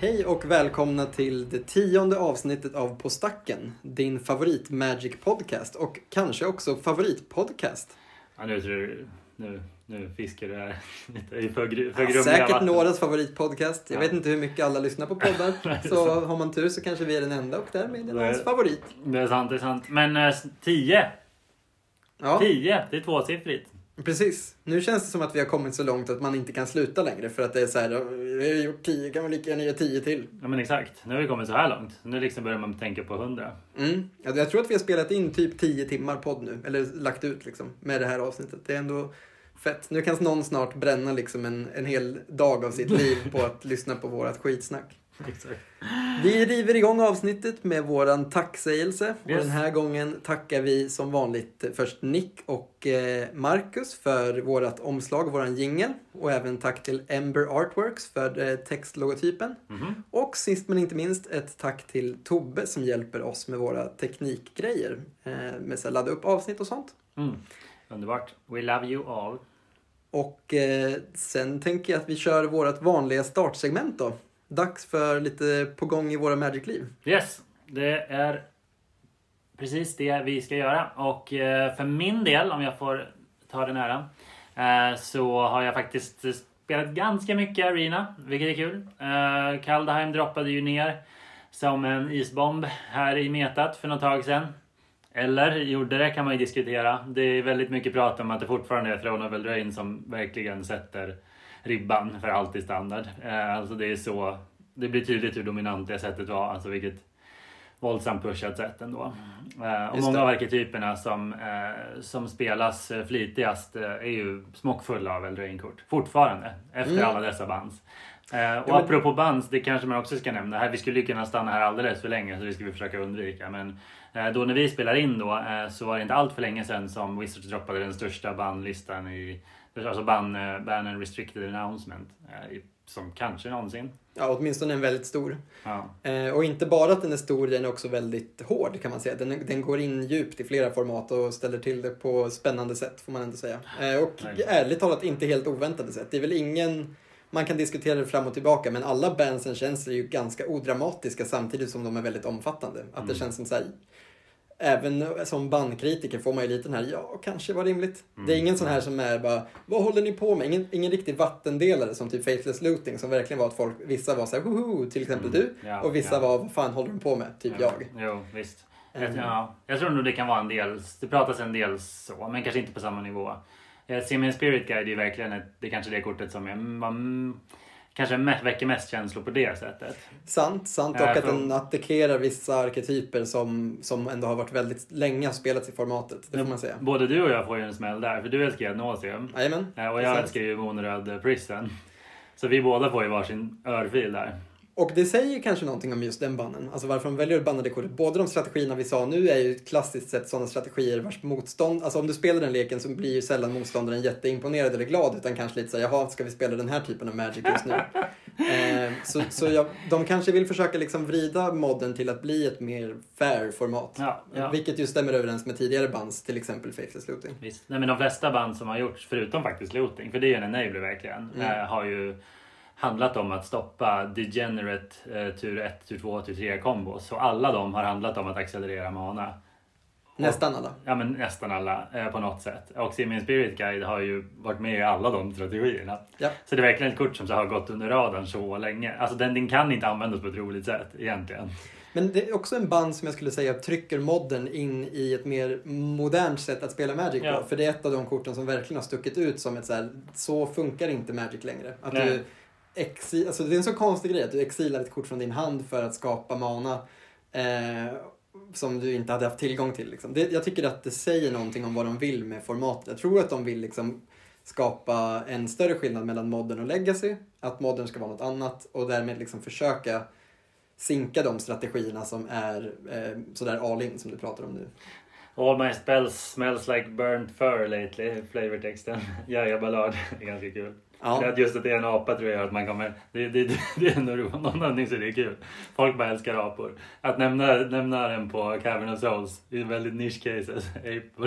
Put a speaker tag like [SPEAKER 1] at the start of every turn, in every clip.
[SPEAKER 1] Hej och välkomna till det 10:e avsnittet av På stacken, din favorit Magic podcast och kanske också favoritpodcast.
[SPEAKER 2] Ja, nu fiskar du här lite i för grumliga
[SPEAKER 1] säkert
[SPEAKER 2] vatten.
[SPEAKER 1] någras favoritpodcast. Jag vet inte hur mycket alla lyssnar på poddar. Så har man tur så kanske vi är den enda och därmed är någons favorit.
[SPEAKER 2] Det är sant. Men 10.
[SPEAKER 1] Ja.
[SPEAKER 2] 10, det är tvåsiffrigt.
[SPEAKER 1] Precis. Nu känns det som att vi har kommit så långt att man inte kan sluta längre. För att det är så här, vi har gjort 10, kan vi lika gärna göra 10 till.
[SPEAKER 2] Ja men exakt, nu har vi kommit så här långt. Nu liksom börjar man tänka på 100.
[SPEAKER 1] Jag tror att vi har spelat in typ 10 timmar podd nu. Eller lagt ut liksom med det här avsnittet. Det är ändå fett. Nu kan någon snart bränna liksom en hel dag av sitt liv på att lyssna på vårat skitsnack.
[SPEAKER 2] Exakt.
[SPEAKER 1] Vi river igång avsnittet med våran tacksägelse.
[SPEAKER 2] Yes.
[SPEAKER 1] Och den här gången tackar vi som vanligt först Nick och Marcus för vårat omslag och våran jingle. Och även tack till Ember Artworks för textlogotypen. Och sist men inte minst ett tack till Tobbe som hjälper oss med våra teknikgrejer. Med att ladda upp avsnitt och sånt.
[SPEAKER 2] Underbart. We love you all.
[SPEAKER 1] Och sen tänker jag att vi kör vårat vanliga startsegment då. Dags för lite på gång i våra Magic-liv.
[SPEAKER 2] Yes, det är precis det vi ska göra. Och för min del, om jag får ta den här, så har jag faktiskt spelat ganska mycket Arena, vilket är kul. Kaldheim droppade ju ner som en isbomb här i metat för något tag sedan. Eller gjorde det, kan man ju diskutera. Det är väldigt mycket prat om att det fortfarande är Throne of Eldraine som verkligen sätter ribban för allt i standard. Alltså det är så, det blir tydligt hur dominant det sättet var, alltså vilket våldsamt pushat sätt ändå. Och många av arketyperna som spelas flitigast är ju smockfulla av Eldraine-kort fortfarande efter alla dessa bands. Och apropå bands, det kanske man också ska nämna här, vi skulle ju kunna stanna här alldeles för länge så det ska vi försöka undvika, men då när vi spelar in då så var det inte allt för länge sedan som Wizards droppade den största bandlistan alltså ban and restricted announcement som kanske någonsin.
[SPEAKER 1] Ja, åtminstone en väldigt stor.
[SPEAKER 2] Ja.
[SPEAKER 1] Och inte bara att den är stor, den är också väldigt hård kan man säga. Den går in djupt i flera format och ställer till det på spännande sätt får man ändå säga. Och ärligt talat inte helt oväntade sätt. Det är väl ingen, man kan diskutera det fram och tillbaka, men alla bandsen känns ju ganska odramatiska samtidigt som de är väldigt omfattande. Att det känns som så här, även som bandkritiker får man ju lite den här, ja, kanske var rimligt. Det är ingen sån här som är bara, vad håller ni på med? Ingen riktig vattendelare som typ Faithless Looting som verkligen var att vissa var så här, hoho, till exempel du. Och vissa var, vad fan håller de på med? Typ jag.
[SPEAKER 2] Jo, visst. Jag tror nog det kan vara en del, det pratas en del så, men kanske inte på samma nivå. Simian Spirit Guide är ju verkligen det är kanske det kortet som kanske väcker mest känslor på det sättet. Sant. Och att den attackerar vissa arketyper som ändå har varit väldigt länge spelat i formatet. Det får man säga. Både du och jag får ju en smäll där. För du älskar ju Nauseam.
[SPEAKER 1] Jajamän.
[SPEAKER 2] Och jag älskar ju Monröd Prison. Så vi båda får ju varsin örfil där.
[SPEAKER 1] Och det säger kanske någonting om just den bannen. Alltså varför de väljer att banna det kortet. Båda de strategierna vi sa nu är ju klassiskt sett sådana strategier vars motstånd... Alltså om du spelar den leken så blir ju sällan motståndaren jätteimponerad eller glad. Utan kanske lite så här, jaha, ska vi spela den här typen av Magic just nu? De kanske vill försöka liksom vrida modden till att bli ett mer fair format. Ja. Vilket ju stämmer överens med tidigare bands, till exempel Faithless Looting.
[SPEAKER 2] Visst. Nej, men de flesta band som har gjorts, förutom faktiskt Looting, för det är ju en enabler verkligen, har ju handlat om att stoppa degenerate tur 1, tur 2, tur 3 kombos. Så alla de har handlat om att accelerera mana.
[SPEAKER 1] Nästan alla.
[SPEAKER 2] Ja, men nästan alla på något sätt. Och Simian Spirit Guide har ju varit med i alla de strategierna. Ja. Så det är verkligen ett kort som så har gått under radarn så länge. Alltså den kan inte användas på ett roligt sätt egentligen. Men det är också en band som jag skulle säga trycker modden in i ett mer modernt sätt att spela Magic på. För det är ett av de korten som verkligen har stuckit ut som ett så funkar inte Magic längre. Att du alltså det är en så konstig grej att du exilar ett kort från din hand för att skapa mana som du inte hade haft tillgång till. Liksom. Jag tycker att det säger någonting om vad de vill med formatet. Jag tror att de vill liksom skapa en större skillnad mellan Modern och Legacy. Att Modern ska vara något annat och därmed liksom försöka sinka de strategierna som är sådär all in som du pratar om nu. All my spells smells like burnt fur lately, flavortexten. Jag ballad, det är ganska kul. Ja. Just att det är en apa tror jag att man kommer... Det är ändå någonting så det är kul. Folk bara älskar apor. Att nämna den på Cavern of Souls i väldigt niche cases. Apor.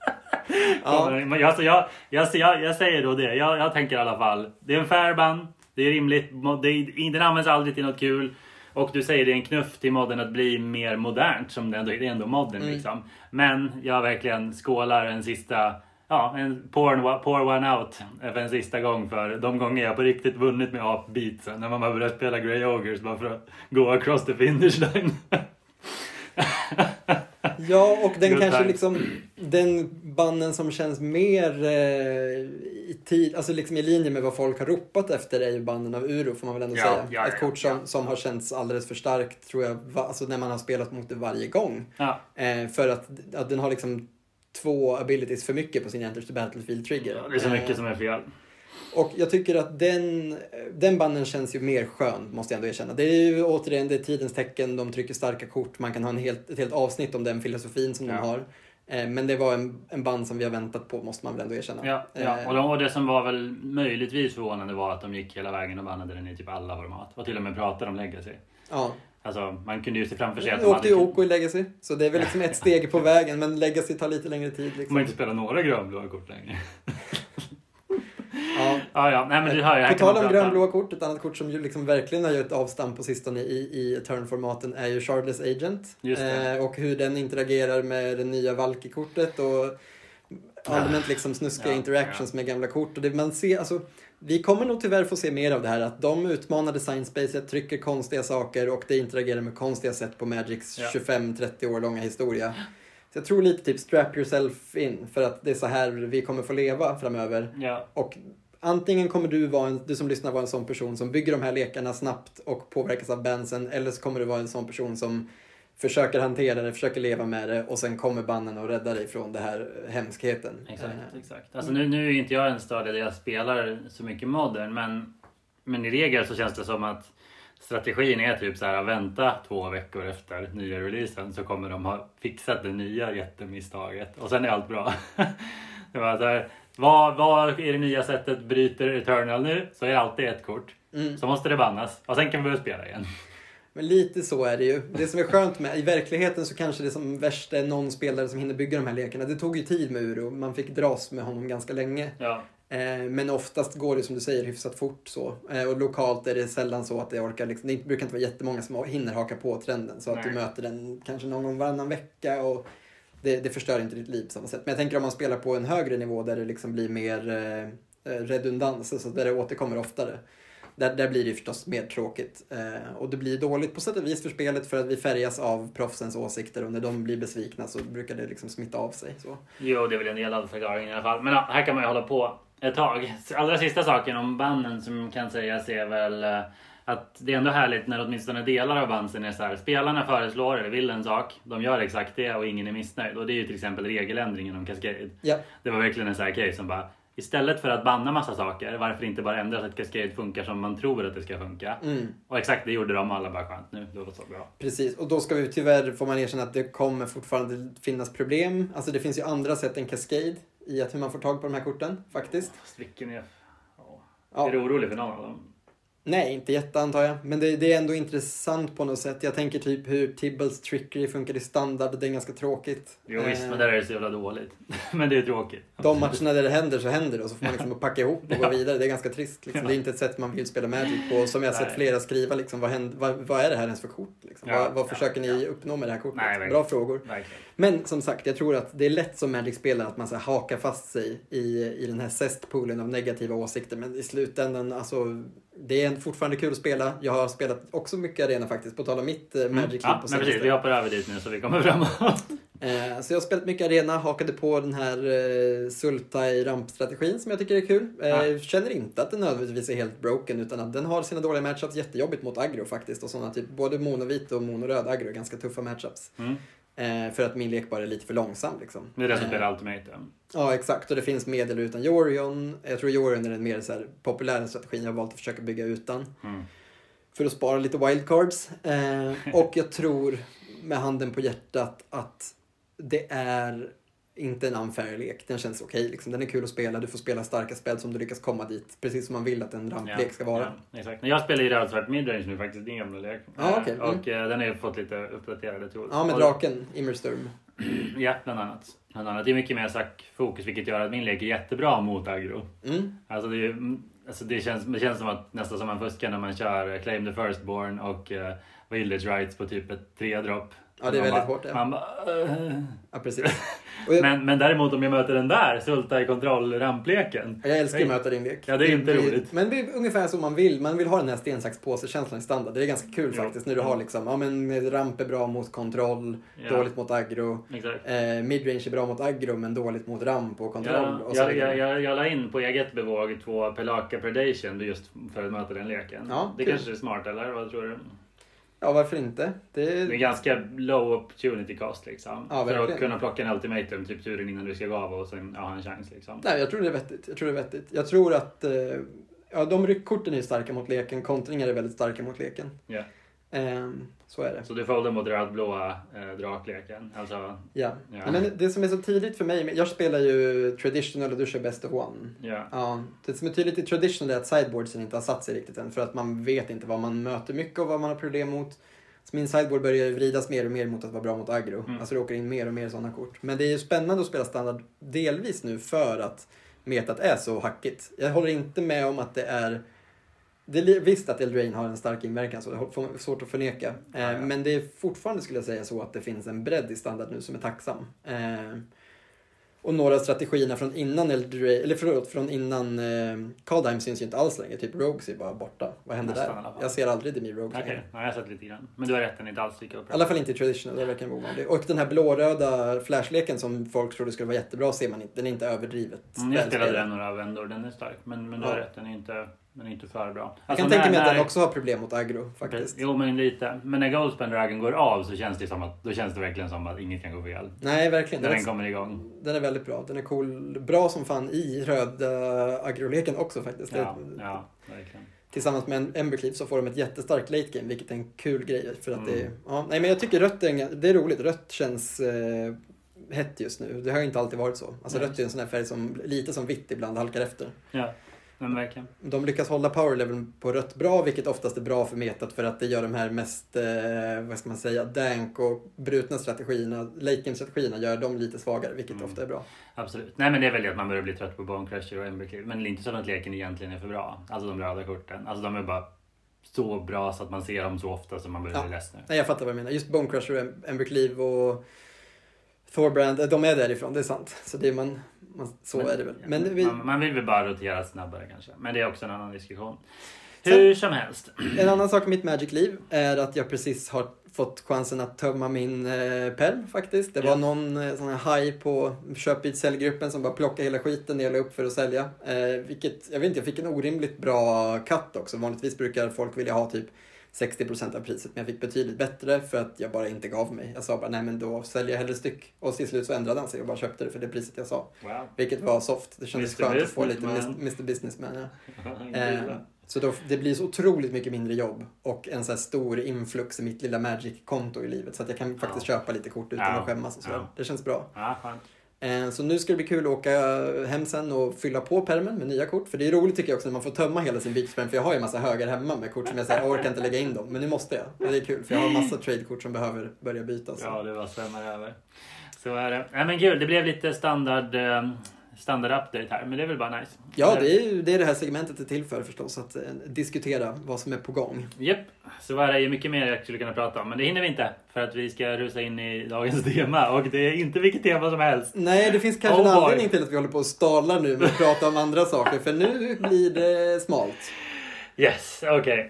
[SPEAKER 2] Ja. Jag säger då det. Jag tänker i alla fall. Det är en fair ban. Det är rimligt. Den används aldrig till något kul. Och du säger det är en knuff till modden att bli mer modernt. Som det är ändå modden liksom. Men jag verkligen skålar en sista... Ja, en pour one out för en sista gång för de gånger jag på riktigt vunnit med apbeatsen. När man har börjat spela Grey Ogres bara för att gå across the finish line.
[SPEAKER 1] Ja, och den kanske liksom den bannen som känns mer i tid, alltså liksom i linje med vad folk har ropat efter är ju bannen av Uro, får man väl ändå säga. Ja, ett kort som har känts alldeles för starkt, tror jag, alltså när man har spelat mot det varje gång. Ja. För att den har liksom 2 abilities för mycket på sin Enter to Battlefield trigger.
[SPEAKER 2] Ja, det är så mycket som är fel.
[SPEAKER 1] Och jag tycker att den banden känns ju mer skön, måste jag ändå erkänna. Det är ju återigen, det är tidens tecken, de trycker starka kort. Man kan ha ett helt avsnitt om den filosofin som de har. Men det var en band som vi har väntat på, måste man väl ändå erkänna.
[SPEAKER 2] Ja. Och det som var väl möjligtvis förvånande var att de gick hela vägen och bannade den i typ alla format. Och till och med pratade om Legacy. Ja. Alltså, man kunde ju se framför sig att
[SPEAKER 1] de åkte ju OK i Legacy, så det är väl liksom ett steg på vägen. Men Legacy tar lite längre tid. Liksom.
[SPEAKER 2] Man inte spela några grönblåa kort längre.
[SPEAKER 1] Ja. Nej, men du hör ju. På tal om grönblåa kort, ett annat kort som ju liksom verkligen har gjort avstamp på sistone i turn-formaten är ju Shardless Agent. Och hur den interagerar med det nya Valky-kortet och allmänt liksom snuskiga interactions med gamla kort. Och det man ser, alltså, vi kommer nog tyvärr få se mer av det här, att de utmanar designspacet, trycker konstiga saker och det interagerar med konstiga sätt på Magics 25-30 år långa historia. Så jag tror lite typ strap yourself in, för att det är så här vi kommer få leva framöver. Ja. Och antingen kommer du som lyssnar vara en sån person som bygger de här lekarna snabbt och påverkas av bandsen, eller så kommer du vara en sån person som försöker hantera det, försöker leva med det och sen kommer banden och rädda dig från det här hemskheten.
[SPEAKER 2] Exakt. Alltså nu är inte jag en stadie där jag spelar så mycket modern, men i regel så känns det som att strategin är typ så här: vänta 2 veckor efter nya releasen så kommer de ha fixat det nya jättemisstaget och sen är allt bra. Det var så här, vad är det nya sättet bryter Eternal nu, så är det alltid ett kort. Så måste det bannas och sen kan vi börja spela igen.
[SPEAKER 1] Men lite så är det ju. Det som är skönt med, i verkligheten så kanske det som värst är någon spelare som hinner bygga de här lekarna. Det tog ju tid med Uro, man fick dras med honom ganska länge. Ja. Men oftast går det som du säger hyfsat fort så. Och lokalt är det sällan så att det orkar liksom, det brukar inte vara jättemånga som hinner haka på trenden. Så att du möter den kanske någon gång varannan vecka och det förstör inte ditt liv på samma sätt. Men jag tänker om man spelar på en högre nivå där det liksom blir mer redundans, så där det återkommer oftare. Där blir det förstås mer tråkigt. Och det blir dåligt på sätt och vis för spelet, för att vi färgas av proffsens åsikter och när de blir besvikna så brukar det liksom smitta av sig. Så.
[SPEAKER 2] Jo, det är väl en del av förklaringen i alla fall. Men ja, här kan man ju hålla på ett tag. Allra sista saken om banden som kan sägas är väl att det är ändå härligt när åtminstone delar av banden är så här: spelarna föreslår eller vill en sak, de gör exakt det och ingen är missnöjd. Och det är ju till exempel regeländringen om Cascade. Ja. Det var verkligen en sån här case som bara, istället för att banna massa saker, varför inte bara ändra så att Cascade funkar som man tror att det ska funka. Och exakt det gjorde de, alla bara skönt nu, det var så bra.
[SPEAKER 1] Precis, och då ska vi tyvärr, får man erkänna att det kommer fortfarande finnas problem. Alltså det finns ju andra sätt än Cascade i att hur man får tag på de här korten, faktiskt.
[SPEAKER 2] Fast vilken är... Ja. Är du orolig för någon av dem?
[SPEAKER 1] Nej, inte jätte antar jag. Men det är ändå intressant på något sätt. Jag tänker typ hur Tibbles Trickery funkar i standard. Det är ganska tråkigt.
[SPEAKER 2] Jo visst, men där är det så jävla dåligt. Men det är tråkigt.
[SPEAKER 1] De matcherna där det händer så händer det. Och så får man liksom packa ihop och gå vidare. Det är ganska trist. Liksom. Det är inte ett sätt man vill spela Magic på. Som jag har sett flera skriva. Liksom, vad är det här ens för kort? Liksom? Vad försöker ni uppnå med det här kortet? Nej, bra frågor. Verkligen. Men som sagt, jag tror att det är lätt som Magic-spelare att man så här, hakar fast sig i den här cestpoolen av negativa åsikter. Men i slutändan, alltså... Det är fortfarande kul att spela. Jag har spelat också mycket arena faktiskt. På tal om mitt Magic
[SPEAKER 2] ja, men precis. Vi hoppar över dit nu så vi kommer framåt.
[SPEAKER 1] Så jag har spelat mycket arena. Hakade på den här Sultai-rampstrategin som jag tycker är kul. Känner inte att den nödvändigtvis är helt broken. Utan att den har sina dåliga matchups. Jättejobbigt mot aggro faktiskt. Och sådana typ, både monovit och monoröd aggro är ganska tuffa matchups. För att min lek bara är lite för långsam liksom.
[SPEAKER 2] Det är det som spelar Ultimate.
[SPEAKER 1] Ja, exakt. Och det finns medel utan Yorion. Jag tror Yorion är den mer så här populära strategin jag har valt att försöka bygga utan. För att spara lite wildcards. Och jag tror med handen på hjärtat att det är inte en unfair lek. Den känns okej. Liksom. Den är kul att spela. Du får spela starka spel som du lyckas komma dit. Precis som man vill att en ramplek ska vara.
[SPEAKER 2] Ja, exakt. Jag spelar ju rödsvart midrange nu faktiskt. Din gamla lek.
[SPEAKER 1] Okay.
[SPEAKER 2] Och den har ju fått lite uppdaterade tools.
[SPEAKER 1] Ja, med draken. Immersturm.
[SPEAKER 2] Ja, bland annat. Det är mycket mer fokus, vilket gör att min lek är jättebra mot aggro. Alltså det är ju, Alltså det känns som att nästan som man fuskar när man kör Claim the Firstborn och Village Rights på typ ett 3-dropp.
[SPEAKER 1] Ja, det är väldigt hårt. Ja, precis.
[SPEAKER 2] Men däremot om jag möter den där sulta i kontrollrampleken.
[SPEAKER 1] Jag älskar att möta din lek.
[SPEAKER 2] Ja, det är inte roligt.
[SPEAKER 1] Men det är ungefär som man vill. Man vill ha den här stensaxpåse-känslan i standard. Det är ganska kul faktiskt när du har liksom, ja men ramp är bra mot kontroll, dåligt mot aggro. Midrange är bra mot aggro men dåligt mot ramp och kontroll.
[SPEAKER 2] Jag la in på eget bevåg 2 Pelaka Predation just för att möta den leken.
[SPEAKER 1] Ja,
[SPEAKER 2] det kanske är smart, eller vad tror du?
[SPEAKER 1] Ja, varför inte? Det är
[SPEAKER 2] ganska low opportunity cost liksom.
[SPEAKER 1] Ja,
[SPEAKER 2] för att kunna plocka en ultimatum typ turen innan du ska gå av och sen ha en chans liksom.
[SPEAKER 1] Nej, jag tror det är vettigt. Jag tror att de ryckkorten är starka mot leken, kontringar är väldigt starka mot leken.
[SPEAKER 2] Ja.
[SPEAKER 1] Så är det.
[SPEAKER 2] Så du foldar mot rödblåa drakleken? Alltså,
[SPEAKER 1] ja. Men det som är så tidigt för mig, jag spelar ju traditional och du kör best of one.
[SPEAKER 2] Ja.
[SPEAKER 1] Det som är tydligt i traditional är att sideboardsen inte har satt sig riktigt än, för att man vet inte vad man möter mycket och vad man har problem mot. Så min sideboard börjar vridas mer och mer mot att vara bra mot aggro. Alltså det åker in mer och mer sådana kort. Men det är ju spännande att spela standard delvis nu för att metat är så hackigt. Jag håller inte med om att det är visst att Eldraine har en stark inverkan, så det är svårt att förneka. Men det är fortfarande, skulle jag säga, så att det finns en bredd i standard nu som är tacksam. Och några strategierna från innan från innan Kaldheim syns ju inte alls längre. Typ Rogues är bara borta. Vad händer där? Jag ser aldrig Dimir Rogues.
[SPEAKER 2] Okej, jag har sett lite grann. Men du har rätt, den inte alls lika upp.
[SPEAKER 1] I alla fall inte i traditional, det verkar vara ovanligt. Och den här blåröda flashleken som folk trodde skulle vara jättebra ser man inte. Den är inte överdrivet.
[SPEAKER 2] Jag spelade den några vändor, den är stark. Men du har rätt, den är inte för bra. Alltså,
[SPEAKER 1] jag kan tänka mig att den också har problem mot aggro faktiskt.
[SPEAKER 2] Jo, men lite. Men när Goldspan Dragon går av så känns det verkligen som att inget kan gå fel.
[SPEAKER 1] Nej, verkligen.
[SPEAKER 2] När den kommer igång.
[SPEAKER 1] Den är väldigt bra. Den är cool. Bra som fan i röda agroleken också faktiskt.
[SPEAKER 2] Ja, verkligen.
[SPEAKER 1] Tillsammans med en Embercleave så får de ett jättestarkt late game, vilket är en kul grej. För att men jag tycker rött det är roligt. Rött känns hett just nu. Det har inte alltid varit så. Alltså rött är en sån här färg som lite som vitt ibland halkar efter.
[SPEAKER 2] Ja. Men verkligen.
[SPEAKER 1] De lyckas hålla power level på rött bra, vilket oftast är bra för metat för att det gör de här mest, dank och brutna strategierna, late game strategierna gör dem lite svagare, vilket ofta är bra.
[SPEAKER 2] Absolut. Nej, men det är väl att man börjar bli trött på Bone Crusher och Embercleave, men det är inte så att leken egentligen är för bra. Alltså de röda korten. Alltså de är bara så bra så att man ser dem så ofta som man börjar bli ledsen.
[SPEAKER 1] Nej, jag fattar vad jag menar. Just Bone Crusher och Embercleave och Thorbrand, de är därifrån, det är sant. Så det är är det väl. Men
[SPEAKER 2] man vill väl bara rotera snabbare kanske. Men det är också en annan diskussion. Hur som helst.
[SPEAKER 1] En annan sak med mitt Magic-liv är att jag precis har fått chansen att tömma min perm faktiskt. Det var någon sån här haj på köp-bit-säljgruppen som bara plockade hela skiten, delade upp för att sälja. Vilket, jag vet inte, jag fick en orimligt bra cut också. Vanligtvis brukar folk vilja ha typ 60% av priset, men jag fick betydligt bättre för att jag bara inte gav mig. Jag sa bara, nej men då säljer jag hellre styck. Och till slut så ändrade han sig och bara köpte det för det priset jag sa.
[SPEAKER 2] Wow.
[SPEAKER 1] Vilket var soft. Det kändes skönt att få lite Mr. Businessman. Så då, det blir så otroligt mycket mindre jobb och en så här stor influx i mitt lilla Magic-konto i livet. Så att jag kan faktiskt köpa lite kort utan att skämmas och sådär. Det känns bra.
[SPEAKER 2] Skönt.
[SPEAKER 1] Så nu ska det bli kul att åka hem sen och fylla på permen med nya kort. För det är roligt tycker jag också när man får tömma hela sin beachperm. För jag har ju en massa högar hemma med kort som jag säger, jag orkar inte lägga in dem. Men nu måste jag. Och det är kul för jag har en massa tradekort som behöver börja bytas.
[SPEAKER 2] Ja, det var svämmar över. Så är det. Nej men kul, det blev lite standard update här. Men det är väl bara nice.
[SPEAKER 1] Ja, det är det här segmentet är till för förstås. Att diskutera vad som är på gång.
[SPEAKER 2] Japp, så är det ju mycket mer jag skulle kunna prata om. Men det hinner vi inte. För att vi ska rusa in i dagens tema. Och det är inte vilket tema som helst. Nej, det finns kanske en anledning till att vi håller på att stala nu. Med att prata om andra saker. För nu blir det smalt. Yes, okej.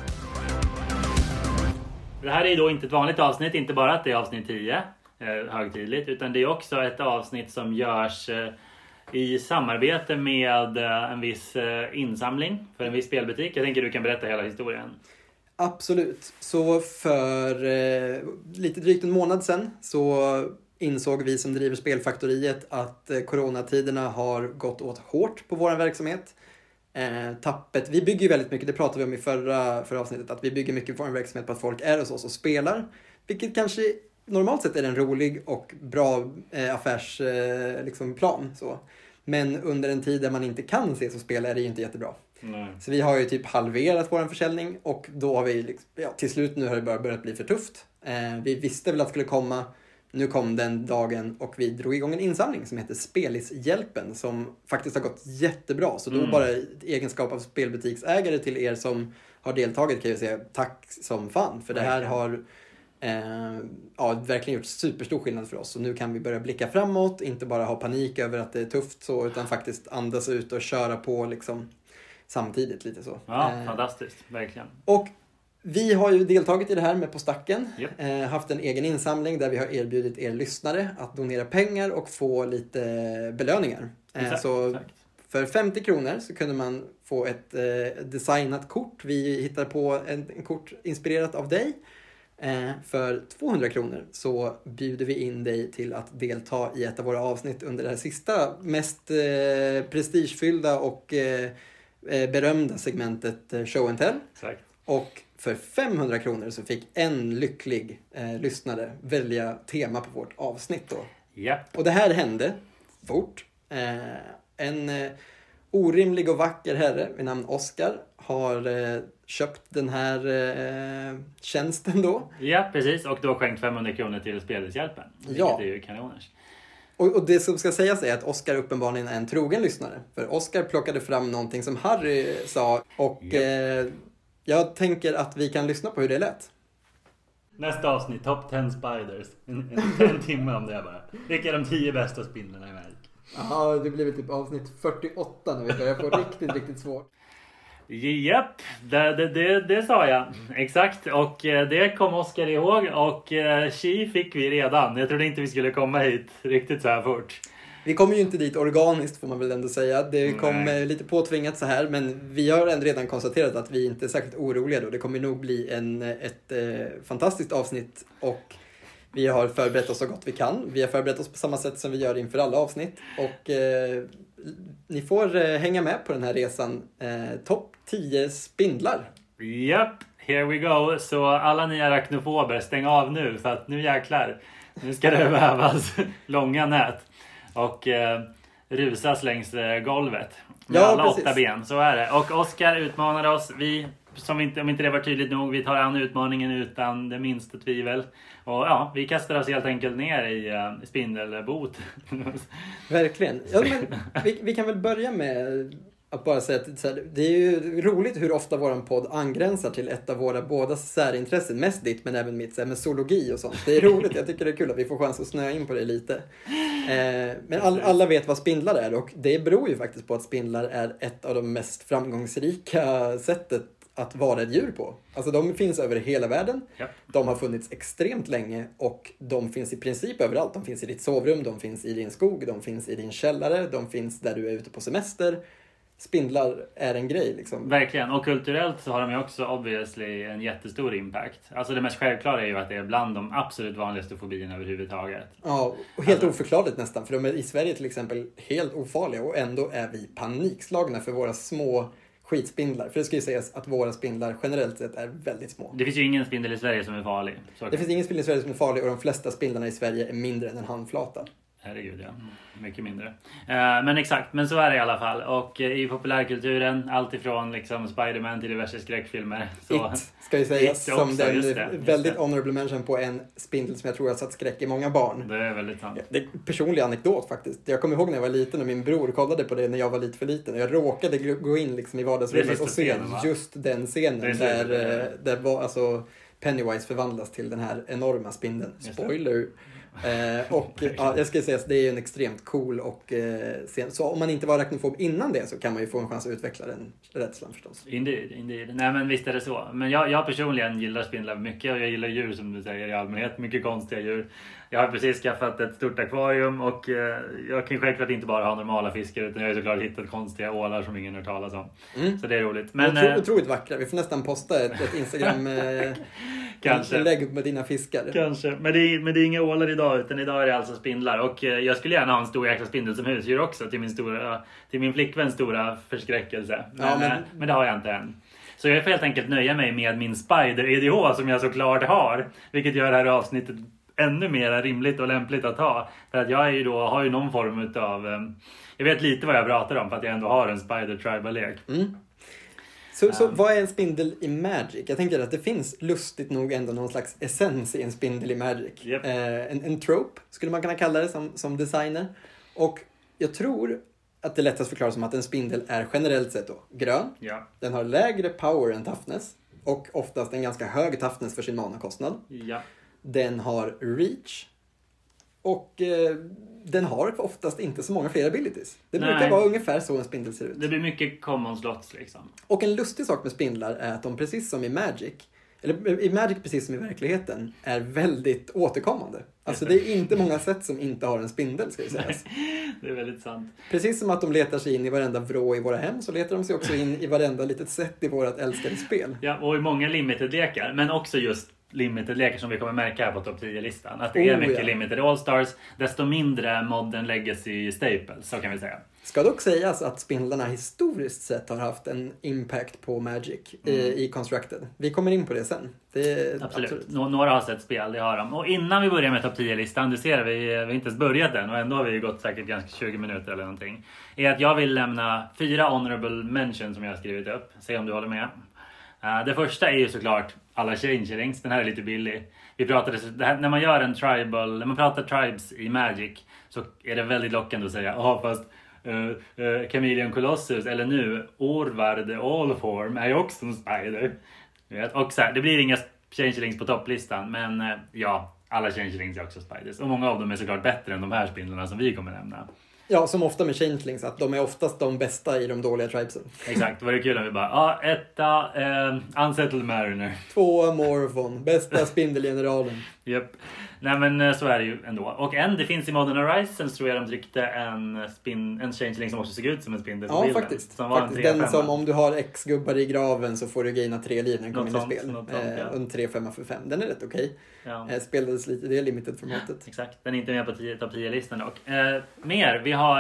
[SPEAKER 2] Det här är då inte ett vanligt avsnitt. Inte bara att det är avsnitt 10. Högtidligt. Utan det är också ett avsnitt som görs i samarbete med en viss insamling för en viss spelbutik. Jag tänker du kan berätta hela historien. Absolut. Så för lite drygt en månad sedan så insåg vi som driver Spelfaktoriet att coronatiderna har gått åt hårt på vår verksamhet. Tappet, vi bygger ju väldigt mycket, det pratade vi om i förra avsnittet, att vi bygger mycket vår verksamhet på att folk är hos oss och spelar. Vilket kanske normalt sett är en rolig och bra affärsplan. Så. Men under en tid där man inte kan ses och spela är det ju inte jättebra. Nej. Så vi har ju typ halverat vår försäljning och då har vi till slut nu har det börjat bli för tufft. Vi visste väl att det skulle komma
[SPEAKER 1] nu kom den dagen och vi drog igång en insamling som heter Spelishjälpen som faktiskt har gått jättebra. Så då bara i egenskap av spelbutiksägare till er som har deltagit kan jag säga tack som fan. För det här har verkligen gjort superstor skillnad för oss. Och nu kan vi börja blicka framåt, inte bara ha panik över att det är tufft så, utan faktiskt andas ut och köra på liksom samtidigt lite så.
[SPEAKER 2] Ja, fantastiskt, verkligen.
[SPEAKER 1] Och vi har ju deltagit i det här med På stacken. Haft en egen insamling där vi har erbjudit er lyssnare att donera pengar och få lite belöningar.
[SPEAKER 2] Exakt.
[SPEAKER 1] För 50 kronor så kunde man få ett designat kort. Vi hittade på en kort inspirerat av dig. För 200 kronor så bjuder vi in dig till att delta i ett av våra avsnitt under det här sista, mest prestigefyllda och berömda segmentet Show and Tell.
[SPEAKER 2] Exakt.
[SPEAKER 1] Och för 500 kronor så fick en lycklig lyssnare välja tema på vårt avsnitt då.
[SPEAKER 2] Ja.
[SPEAKER 1] Och det här hände fort. En orimlig och vacker herre vid namn Oskar har köpt den här tjänsten då.
[SPEAKER 2] Ja, precis. Och då skänkt 500 kronor till Spelishjälpen. Vilket är ju kanoners.
[SPEAKER 1] Och det som ska sägas är att Oskar uppenbarligen är en trogen lyssnare. För Oskar plockade fram någonting som Harry sa. Och jag tänker att vi kan lyssna på hur det lät.
[SPEAKER 2] Nästa avsnitt, Top 10 Spiders. En timme om det bara. Vilka är de 10 bästa spindlarna i världen?
[SPEAKER 1] Ja, det blir väl typ avsnitt 48 när vi börjar få riktigt svårt.
[SPEAKER 2] Japp, det sa jag. Exakt, och det kom Oskar ihåg och tji fick vi redan. Jag trodde inte vi skulle komma hit riktigt så här fort.
[SPEAKER 1] Vi kommer ju inte dit organiskt får man väl ändå säga. Det kom lite påtvingat så här, men vi har ändå redan konstaterat att vi inte är särskilt oroliga då. Det kommer nog bli ett fantastiskt avsnitt och vi har förberett oss så gott vi kan. Vi har förberett oss på samma sätt som vi gör inför alla avsnitt. Och ni får hänga med på den här resan. Topp 10 spindlar.
[SPEAKER 2] Japp, here we go. Så alla ni arachnofober, stäng av nu för att nu jäklar. Nu ska det vävas långa nät. Och rusas längs golvet. Med alla precis. 8 ben, så är det. Och Oskar utmanar oss. Vi, om inte det var tydligt nog, vi tar an utmaningen utan det minsta tvivel. Och ja, vi kastar oss helt enkelt ner i spindelbot.
[SPEAKER 1] Verkligen. Ja, men vi kan väl börja med att bara säga att så här, det är ju roligt hur ofta våran podd angränsar till ett av våra båda särintressen. Mest ditt men även mitt, så här, med zoologi och sånt. Det är roligt, jag tycker det är kul att vi får chans att snöa in på det lite. Men alla vet vad spindlar är och det beror ju faktiskt på att spindlar är ett av de mest framgångsrika sättet att vara ett djur på. Alltså de finns över hela världen. Ja. De har funnits extremt länge och de finns i princip överallt. De finns i ditt sovrum, de finns i din skog, de finns i din källare, de finns där du är ute på semester. Spindlar är en grej liksom.
[SPEAKER 2] Verkligen, och kulturellt så har de ju också obviously en jättestor impact. Alltså det mest självklara är ju att det är bland de absolut vanligaste fobierna överhuvudtaget.
[SPEAKER 1] Ja, och helt oförklarligt nästan. För de är i Sverige till exempel helt ofarliga och ändå är vi panikslagna för våra små skitspindlar. För det ska ju sägas att våra spindlar generellt sett är väldigt små.
[SPEAKER 2] Det finns ju ingen spindel i Sverige som är farlig.
[SPEAKER 1] Det finns ingen spindel i Sverige som är farlig och de flesta spindlarna i Sverige är mindre än en handflata.
[SPEAKER 2] Herregud, ja. Mycket mindre. Men exakt, men så är det i alla fall. Och i populärkulturen, allt ifrån liksom Spider-Man till diverse skräckfilmer. Så...
[SPEAKER 1] It, ska ju sägas, som
[SPEAKER 2] också,
[SPEAKER 1] den väldigt honorable mention på en spindel som jag tror har satt skräck i många barn.
[SPEAKER 2] Det är väldigt sant.
[SPEAKER 1] Det är en personlig anekdot faktiskt. Jag kommer ihåg när jag var liten och min bror kollade på det när jag var lite för liten. Och jag råkade gå in liksom i vardagsrummet och se just den scenen där var alltså Pennywise förvandlas till den här enorma spindeln. Spoiler! Och ja, jag ska säga att det är en extremt cool och scen. Så om man inte var arachnofob innan det så kan man ju få en chans att utveckla den rädslan förstås.
[SPEAKER 2] Indeed. Nej men visst är det så. Men jag personligen gillar spindlar mycket och jag gillar djur som du säger i allmänhet. Mycket konstiga djur. Jag har precis skaffat ett stort akvarium och jag kan självklart inte bara ha normala fiskar utan jag har såklart hittat konstiga ålar som ingen har talas om. Så det är roligt. Men,
[SPEAKER 1] otroligt vackra. Vi får nästan posta ett Instagram lägg med dina fiskar.
[SPEAKER 2] Kanske. Men det är inga ålar idag utan idag är det alltså spindlar. Och jag skulle gärna ha en stor jäkla spindel som husdjur också till min flickväns stora förskräckelse. Men det har jag inte än. Så jag får helt enkelt nöja mig med min spider-EDH som jag såklart har. Vilket gör det här avsnittet ännu mer rimligt och lämpligt att ha. För att jag är ju har ju någon form av... jag vet lite vad jag pratar om för att jag ändå har en spider-tribal-lek.
[SPEAKER 1] Så vad är en spindel i Magic? Jag tänker att det finns lustigt nog ändå någon slags essens i en spindel i Magic.
[SPEAKER 2] Yep.
[SPEAKER 1] En trope skulle man kunna kalla det som designer. Och jag tror att det lättast förklaras som att en spindel är generellt sett då grön.
[SPEAKER 2] Ja.
[SPEAKER 1] Den har lägre power än toughness. Och oftast en ganska hög toughness för sin manakostnad.
[SPEAKER 2] Ja.
[SPEAKER 1] Den har reach. Och den har oftast inte så många fler abilities. Det brukar vara ungefär så en spindel ser ut.
[SPEAKER 2] Det blir mycket common slots liksom.
[SPEAKER 1] Och en lustig sak med spindlar är att de precis som i Magic, eller i Magic precis som i verkligheten, är väldigt återkommande. Alltså det är inte många sätt som inte har en spindel, ska vi säga.
[SPEAKER 2] Det är väldigt sant.
[SPEAKER 1] Precis som att de letar sig in i varenda vrå i våra hem, så letar de sig också in i varenda litet sätt i vårat älskade spel.
[SPEAKER 2] Ja, och i många limited-lekar, men också just limited-lekar som vi kommer märka här på topp 10-listan. Att det är mycket limited all-stars, desto mindre modern legacy staples, så kan vi säga.
[SPEAKER 1] Ska dock sägas att spindlarna historiskt sett har haft en impact på Magic i Constructed. Vi kommer in på det sen.
[SPEAKER 2] Absolut. Några har sett spel, det har de. Och innan vi börjar med topp 10-listan, du ser vi har inte ens börjat än och ändå har vi gått säkert ganska 20 minuter eller någonting. Är att jag vill lämna 4 honorable mentions som jag har skrivit upp. Se om du håller med. Det första är ju såklart alla changelings. Den här är lite billig. Vi pratade när man gör en tribal, när man pratar tribes i Magic, så är det väldigt lockande att säga fast Chameleon Colossus eller nu Orvar the Allform är ju också en spider. Och så här, det blir inga changelings på topplistan, men alla changelings är också spiders. Och många av dem är såklart bättre än de här spindlarna som vi kommer nämna.
[SPEAKER 1] Ja, som ofta med changelings, att de är oftast de bästa i de dåliga tribesen.
[SPEAKER 2] Exakt, var det kul om vi bara, etta, Unsettled Mariner.
[SPEAKER 1] 2 Morphon, bästa spindelgeneralen.
[SPEAKER 2] Japp. Nej men så är det ju ändå. Och det finns i Modern Horizons, tror jag de tryckte en changeling som också såg ut som en spindel.
[SPEAKER 1] Ja, faktiskt. Som var faktiskt. Den som om du har X-gubbar i graven så får du gaina 3 liv när den kommer in i spel. En 3-5 för 5. Den är rätt okej. Ja. Spelades lite, det är limited-formatet.
[SPEAKER 2] Exakt, den är inte med på topp 10-listan dock. Mer, vi har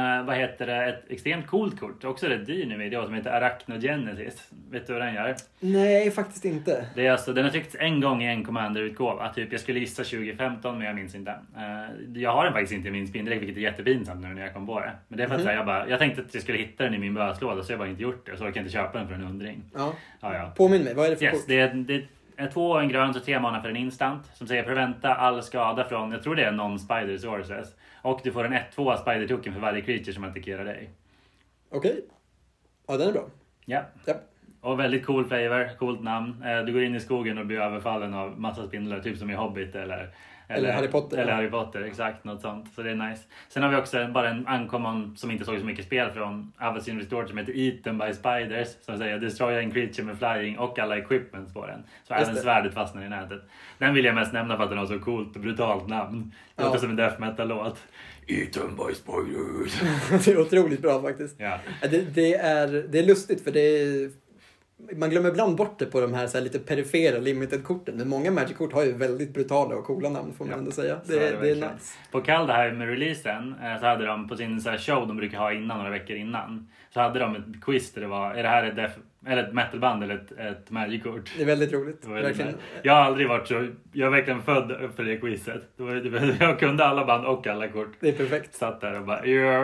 [SPEAKER 2] ett extremt coolt kort. Också rätt dyr nu i det som heter Arachnogenesis. Vet du vad den gör?
[SPEAKER 1] Nej, faktiskt inte.
[SPEAKER 2] Det är alltså, den har tryckts en gång i en Commander-utgåva. Typ, jag skulle gissa 2015, men jag minns inte. Jag har den faktiskt inte i min spindelek, vilket är jättepinsamt nu när jag kom på det. Men det är för att jag tänkte att jag skulle hitta den i min böslåda, så jag bara inte gjort det. Så jag kan inte köpa den för en undring.
[SPEAKER 1] Ja. Påminn mig, vad är det för kort?
[SPEAKER 2] Det är 2 en grön och 3 mana för en instant. Som säger preventa all skada från, jag tror det är non-spider sources. Och du får en 1-2 spider token för varje creature som attackerar dig.
[SPEAKER 1] Okej. Ja, den är bra.
[SPEAKER 2] Ja. Och väldigt cool flavor, coolt namn. Du går in i skogen och blir överfallen av massa spindlar, typ som i Hobbit eller
[SPEAKER 1] Harry Potter.
[SPEAKER 2] Eller Harry Potter, exakt, något sånt. Så det är nice. Sen har vi också bara en uncommon som inte såg så mycket spel från Avacyn Restored som heter Eaten by Spiders. Som säger destroy en creature med flying och alla equipments på den. Så även svärdet fastnar i nätet. Den vill jag mest nämna för att den har så coolt och brutalt namn. Det låter som en death metal-låt. Eaten by Spiders.
[SPEAKER 1] Det är otroligt bra faktiskt.
[SPEAKER 2] Ja.
[SPEAKER 1] Det är lustigt för det är... Man glömmer ibland bort det på de här lite perifera limited-korten. Men många Magic-kort har ju väldigt brutala och coola namn, får man ändå säga. Det är nice.
[SPEAKER 2] På Kaldheim med releasen så hade de på sin show de brukar ha innan, några veckor innan. Så hade de ett quiz där det var, är det här ett metalband eller ett Magic-kort?
[SPEAKER 1] Det är väldigt roligt.
[SPEAKER 2] Verkligen. Jag har aldrig varit så, jag är verkligen född för det quizet. Jag kunde alla band och alla kort.
[SPEAKER 1] Det är perfekt.
[SPEAKER 2] Satt där och bara,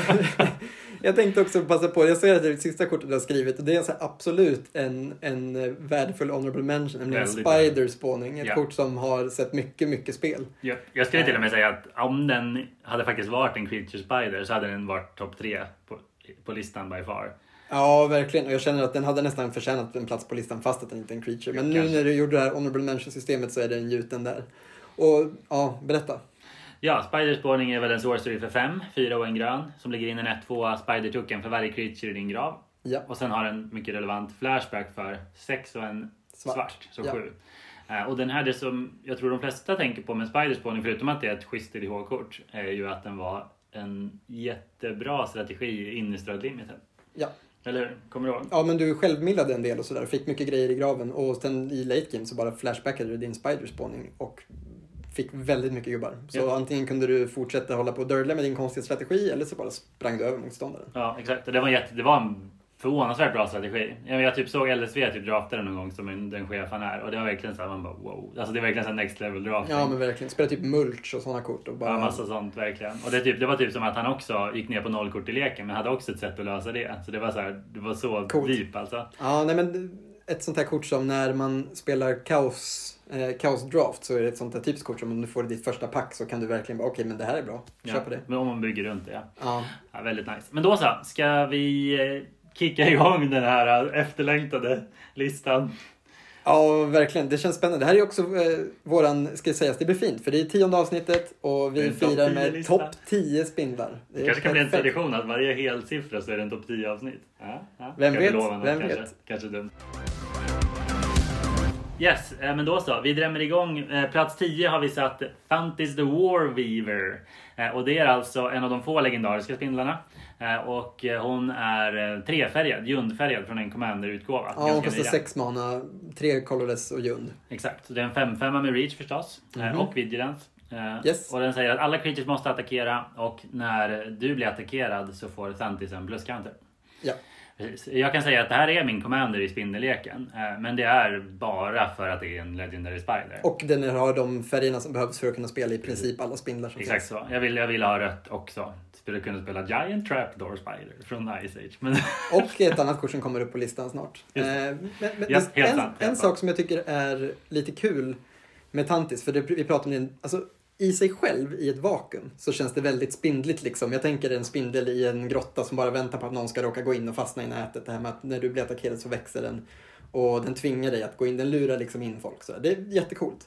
[SPEAKER 1] Jag tänkte också passa på, jag ser att det är det sista kortet du har skrivit och det är så absolut en värdefull honorable mention, nämligen Spider-spawning, ett kort som har sett mycket spel.
[SPEAKER 2] Ja, jag skulle till och med säga att om den hade faktiskt varit en creature spider så hade den varit topp 3 på listan by far.
[SPEAKER 1] Ja, verkligen. Och jag känner att den hade nästan förtjänat en plats på listan fast att den inte är en creature. Men nu när du gjorde det här honorable mention-systemet så är den gjuten där. Och berätta.
[SPEAKER 2] Ja, Spider-spawning är väl en sorcery för 5, 4 och en grön. Som lägger in en 1-2 spider-token för varje creature i din grav. Ja. Och sen har den mycket relevant flashback för 6 och en svart så 7. Och den här, det som jag tror de flesta tänker på med Spider-spawning, förutom att det är ett schysst IDH-kort, är ju att den var en jättebra strategi in i stödlimiten. Ja. Eller, kommer du ihåg?
[SPEAKER 1] Ja, men du självmillade en del och sådär. Fick mycket grejer i graven. Och sen i late game så bara flashbackade du din Spider-spawning och fick väldigt mycket gubbar. Så antingen kunde du fortsätta hålla på och dörla med din konstiga strategi eller så bara sprang du över motståndaren.
[SPEAKER 2] Ja, exakt. Och det var en förvånansvärt bra strategi. Jag typ såg LSV typ draftade någon gång som den chefen är. Och det var verkligen så här, man bara wow. Alltså det är verkligen så next level drafting.
[SPEAKER 1] Ja men verkligen. Spela typ mulch och sådana kort. Och bara...
[SPEAKER 2] Ja, massa sånt verkligen. Och det var typ som att han också gick ner på 0 kort i leken. Men hade också ett sätt att lösa det. Så det var så här, det var så deep alltså.
[SPEAKER 1] Ja, nej men ett sånt här kort som när man spelar Chaos Draft så är det ett sånt här typiskt kort som om du får ditt första pack så kan du verkligen bara okej, men det här är bra. Kör på det.
[SPEAKER 2] Men om man bygger runt det, ja. Väldigt nice. Men då så, ska vi kicka igång den här efterlängtade listan?
[SPEAKER 1] Ja, verkligen. Det känns spännande. Det här är också våran, ska jag säga, det blir fint. För det är 10:e avsnittet och vi firar med topp 10 spindlar.
[SPEAKER 2] Det kanske kan bli en tradition att varje helsiffra så är det en topp 10 avsnitt. Ja.
[SPEAKER 1] Vem vet?
[SPEAKER 2] Kanske dumt. Yes, men då så. Vi drämmer igång. Plats 10 har vi satt Thantis the Warweaver. Och det är alltså en av de få legendariska spindlarna. Och hon är trefärgad, jundfärgad från en Commander-utgåva.
[SPEAKER 1] Ja, hon kostar 6 mana, 3 colorless och jund.
[SPEAKER 2] Exakt, så det är en 5/5 med reach förstås. Och vigilance.
[SPEAKER 1] Yes.
[SPEAKER 2] Och den säger att alla creatures måste attackera. Och när du blir attackerad så får Thantis en pluscounter.
[SPEAKER 1] Ja.
[SPEAKER 2] Jag kan säga att det här är min commander i spindelleken. Men det är bara för att det är en legendary spider.
[SPEAKER 1] Och den har de färgerna som behövs för att kunna spela i princip alla spindlar som
[SPEAKER 2] exakt finns. Så. Jag vill ha rött också. Skulle kunna spela Giant Trapdoor Spider från Ice Age. Men... och
[SPEAKER 1] ett annat kort som kommer upp på listan snart. En sak som jag tycker är lite kul med Thantis. För vi pratar om den... Alltså, i sig själv, i ett vakuum, så känns det väldigt spindligt liksom. Jag tänker en spindel i en grotta som bara väntar på att någon ska råka gå in och fastna i nätet. Det här med att när du blir attackerad så växer den. Och den tvingar dig att gå in, den lurar liksom in folk. Så det är jättecoolt.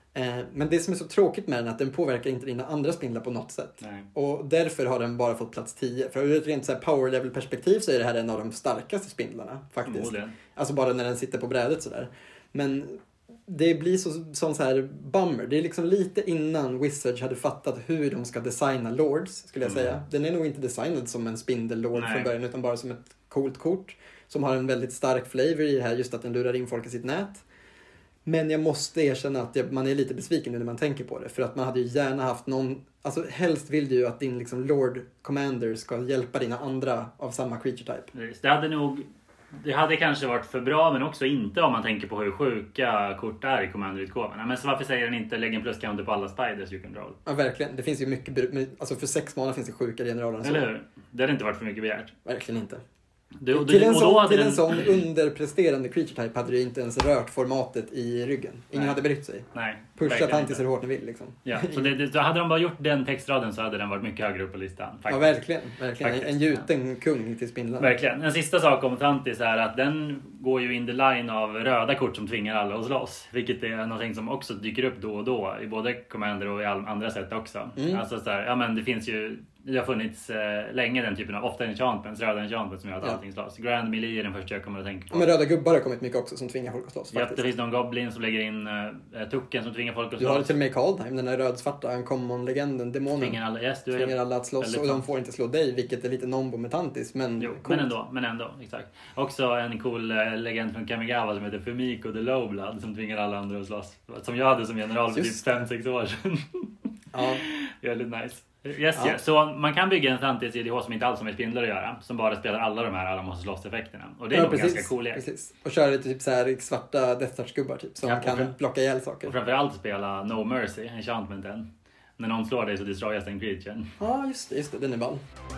[SPEAKER 1] Men det som är så tråkigt med den är att den påverkar inte dina andra spindlar på något sätt.
[SPEAKER 2] Nej.
[SPEAKER 1] Och därför har den bara fått plats 10. För ur ett rent så här power level perspektiv så är det här en av de starkaste spindlarna faktiskt. Alltså bara när den sitter på brädet sådär. Men det blir så här bummer. Det är liksom lite innan Wizards hade fattat hur de ska designa Lords, skulle jag säga. Den är nog inte designad som en spindel-lord från början, utan bara som ett coolt kort som har en väldigt stark flavor i det här, just att den lurar in folk i sitt nät. Men jag måste erkänna att man är lite besviken nu när man tänker på det. För att man hade ju gärna haft någon... Alltså helst vill du ju att din liksom Lord Commander ska hjälpa dina andra av samma creature type.
[SPEAKER 2] Det hade kanske varit för bra, men också inte om man tänker på hur sjuka kort är i Commander-utgåvorna. Men så varför säger den inte lägg en plus-counter på alla spiders you can roll?
[SPEAKER 1] Ja, verkligen. Det finns ju mycket... Alltså för 6 månader finns det sjuka generaler.
[SPEAKER 2] Eller hur? Det hade inte varit för mycket begärt.
[SPEAKER 1] Verkligen inte.
[SPEAKER 2] Till
[SPEAKER 1] en sån underpresterande creature type hade du inte ens rört formatet i ryggen. Ingen hade brytt sig.
[SPEAKER 2] Nej.
[SPEAKER 1] Pusha Thantis så hårt ni vill liksom.
[SPEAKER 2] Ja, så hade de bara gjort den textraden så hade den varit mycket högre upp på listan. Faktiskt.
[SPEAKER 1] Ja, verkligen. Faktiskt. En gjuten kung till spindlarna.
[SPEAKER 2] Verkligen. En sista sak om Thantis är att den går ju in the line av röda kort som tvingar alla att slåss. Vilket är någonting som också dyker upp då och då i både Commander och i andra sätt också. Alltså så här, ja men det finns ju... Det har funnits länge den typen av, ofta enchantments, röda enchantments som gör att allting slåss. Grand Melee är den första jag kommer att tänka på.
[SPEAKER 1] Men röda gubbar har kommit mycket också som tvingar folk att slåss.
[SPEAKER 2] Ja, det finns någon goblin som lägger in tucken som tvingar folk att slåss.
[SPEAKER 1] Du har det till och med i Kaldheim, den där rödsvarta, en common-legenden, demonen.
[SPEAKER 2] Tvingar
[SPEAKER 1] alla att slåss och de får inte slå dig, vilket är lite nombo med Thantis. Men,
[SPEAKER 2] men ändå, exakt. Också en cool legend från Kamigawa som heter Fumiko the Lowblood som tvingar alla andra att slåss. Som jag hade som general för typ 5-6 år sedan. Ja. Väldigt nice. Yes. Så man kan bygga en Thantis IDH som inte alls har med spindlar att göra. Som bara spelar alla de här alla måste slåss-effekterna. Och det är nog ganska cool.
[SPEAKER 1] Precis. Och köra lite typ så här svarta Death Touch-gubbar typ, som kan plocka ihjäl saker.
[SPEAKER 2] Och framförallt spela No Mercy, enchantmenten. När någon slår dig så destroyas den creaturen.
[SPEAKER 1] Ja, just det. Den är ball.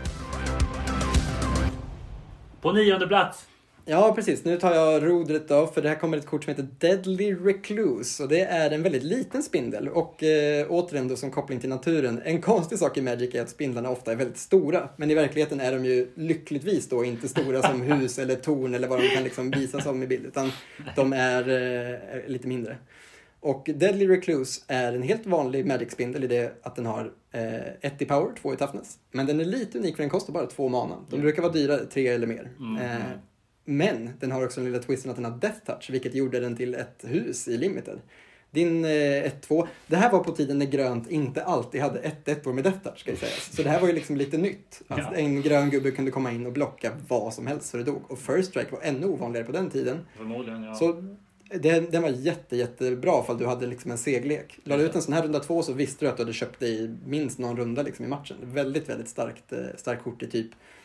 [SPEAKER 1] På
[SPEAKER 2] 9:e plats.
[SPEAKER 1] Ja, precis. Nu tar jag rodret då, för det här kommer ett kort som heter Deadly Recluse. Och det är en väldigt liten spindel. Och återigen då som koppling till naturen. En konstig sak i Magic är att spindlarna ofta är väldigt stora. Men i verkligheten är de ju lyckligtvis då inte stora som hus eller torn eller vad de kan liksom visa som i bild. Utan de är lite mindre. Och Deadly Recluse är en helt vanlig Magic-spindel i det att den har 1 i power, 2 i toughness. Men den är lite unik för den kostar bara 2 mana. De brukar vara dyrare, 3 eller mer. Men den har också en lilla twisten att den har Death Touch, vilket gjorde den till ett hus i Limited. Din 1-2, det här var på tiden när grönt inte alltid hade 1-1 med Death Touch, ska jag säga. Så det här var ju liksom lite nytt. Att en grön gubbe kunde komma in och blocka vad som helst så det dog. Och First Strike var ännu ovanligare på den tiden.
[SPEAKER 2] Förmodligen, ja.
[SPEAKER 1] Så den var jättebra för att du hade liksom en seglek. Lade ut en sån här runda 2 så visste du att du hade köpt dig minst någon runda liksom i matchen. Väldigt, väldigt starkt kort i typ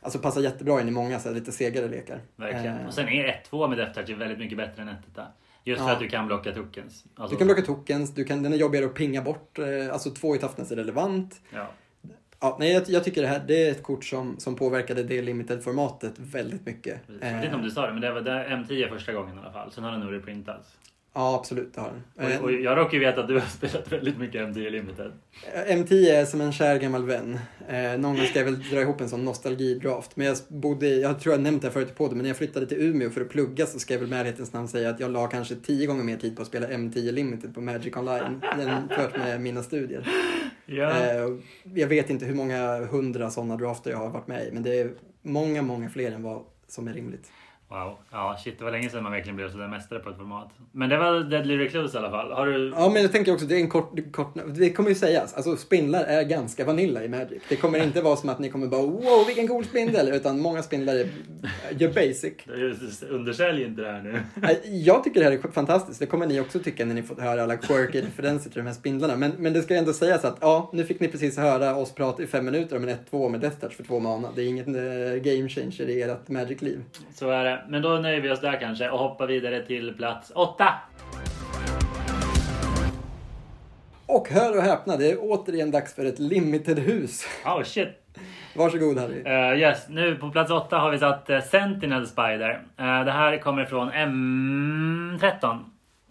[SPEAKER 1] alltså passar jättebra in i många så här, lite segare lekar.
[SPEAKER 2] Verkligen. Och sen är 1-2 med Death Touch väldigt mycket bättre än 1-1. Just för att du kan blocka tokens. Alltså...
[SPEAKER 1] Du kan blocka tokens, den är jobbigare att pinga bort. Alltså 2 i toughness är relevant. Ja, nej, jag tycker det är ett kort som påverkade det limited-formatet väldigt mycket.
[SPEAKER 2] Jag vet inte om du sa det, men det var där M10 första gången i alla fall. Sen har den nog reprintats.
[SPEAKER 1] Ja, absolut, det har den.
[SPEAKER 2] Och jag råkar ju veta att du har spelat väldigt mycket M10 Limited.
[SPEAKER 1] M10 är som en kär gammal vän. Någon gång ska jag väl dra ihop en sån nostalgidraft. Men jag tror jag nämnt det förut på det, men när jag flyttade till Umeå för att plugga så ska jag väl med ärlighetens namn säga att jag la kanske 10 gånger mer tid på att spela M10 Limited på Magic Online jämfört med mina studier. Jag vet inte hur många 100 sådana drafter jag har varit med i, men det är många fler än vad som är rimligt.
[SPEAKER 2] Wow, ja shit, det var länge sedan man verkligen blev sådär mästare på ett format. Men det var Deadly Recluse i alla fall. Har du...
[SPEAKER 1] Ja, men jag tänker också, det är en kort det kommer ju sägas, alltså spindlar är ganska vanilla i Magic. Det kommer inte vara som att ni kommer bara, wow vilken cool spindel, utan många spindlar är basic.
[SPEAKER 2] Undersälj inte det här nu.
[SPEAKER 1] Jag tycker det här är fantastiskt, det kommer ni också tycka när ni får höra alla quirky referenser till de här spindlarna. Men det ska ändå sägas att, ja, nu fick ni precis höra oss prata i 5 minuter om en 1-2 med Death Touch för 2 mana. Det är inget game changer i ert Magic-liv.
[SPEAKER 2] Så är det. Men då nöjer vi oss där kanske och hoppar vidare till plats 8.
[SPEAKER 1] Och hör och häpna, det är återigen dags för ett limited-hus.
[SPEAKER 2] Oh shit.
[SPEAKER 1] Varsågod Harry.
[SPEAKER 2] Yes, nu på plats 8 har vi satt Sentinel Spider. Det här kommer från M13.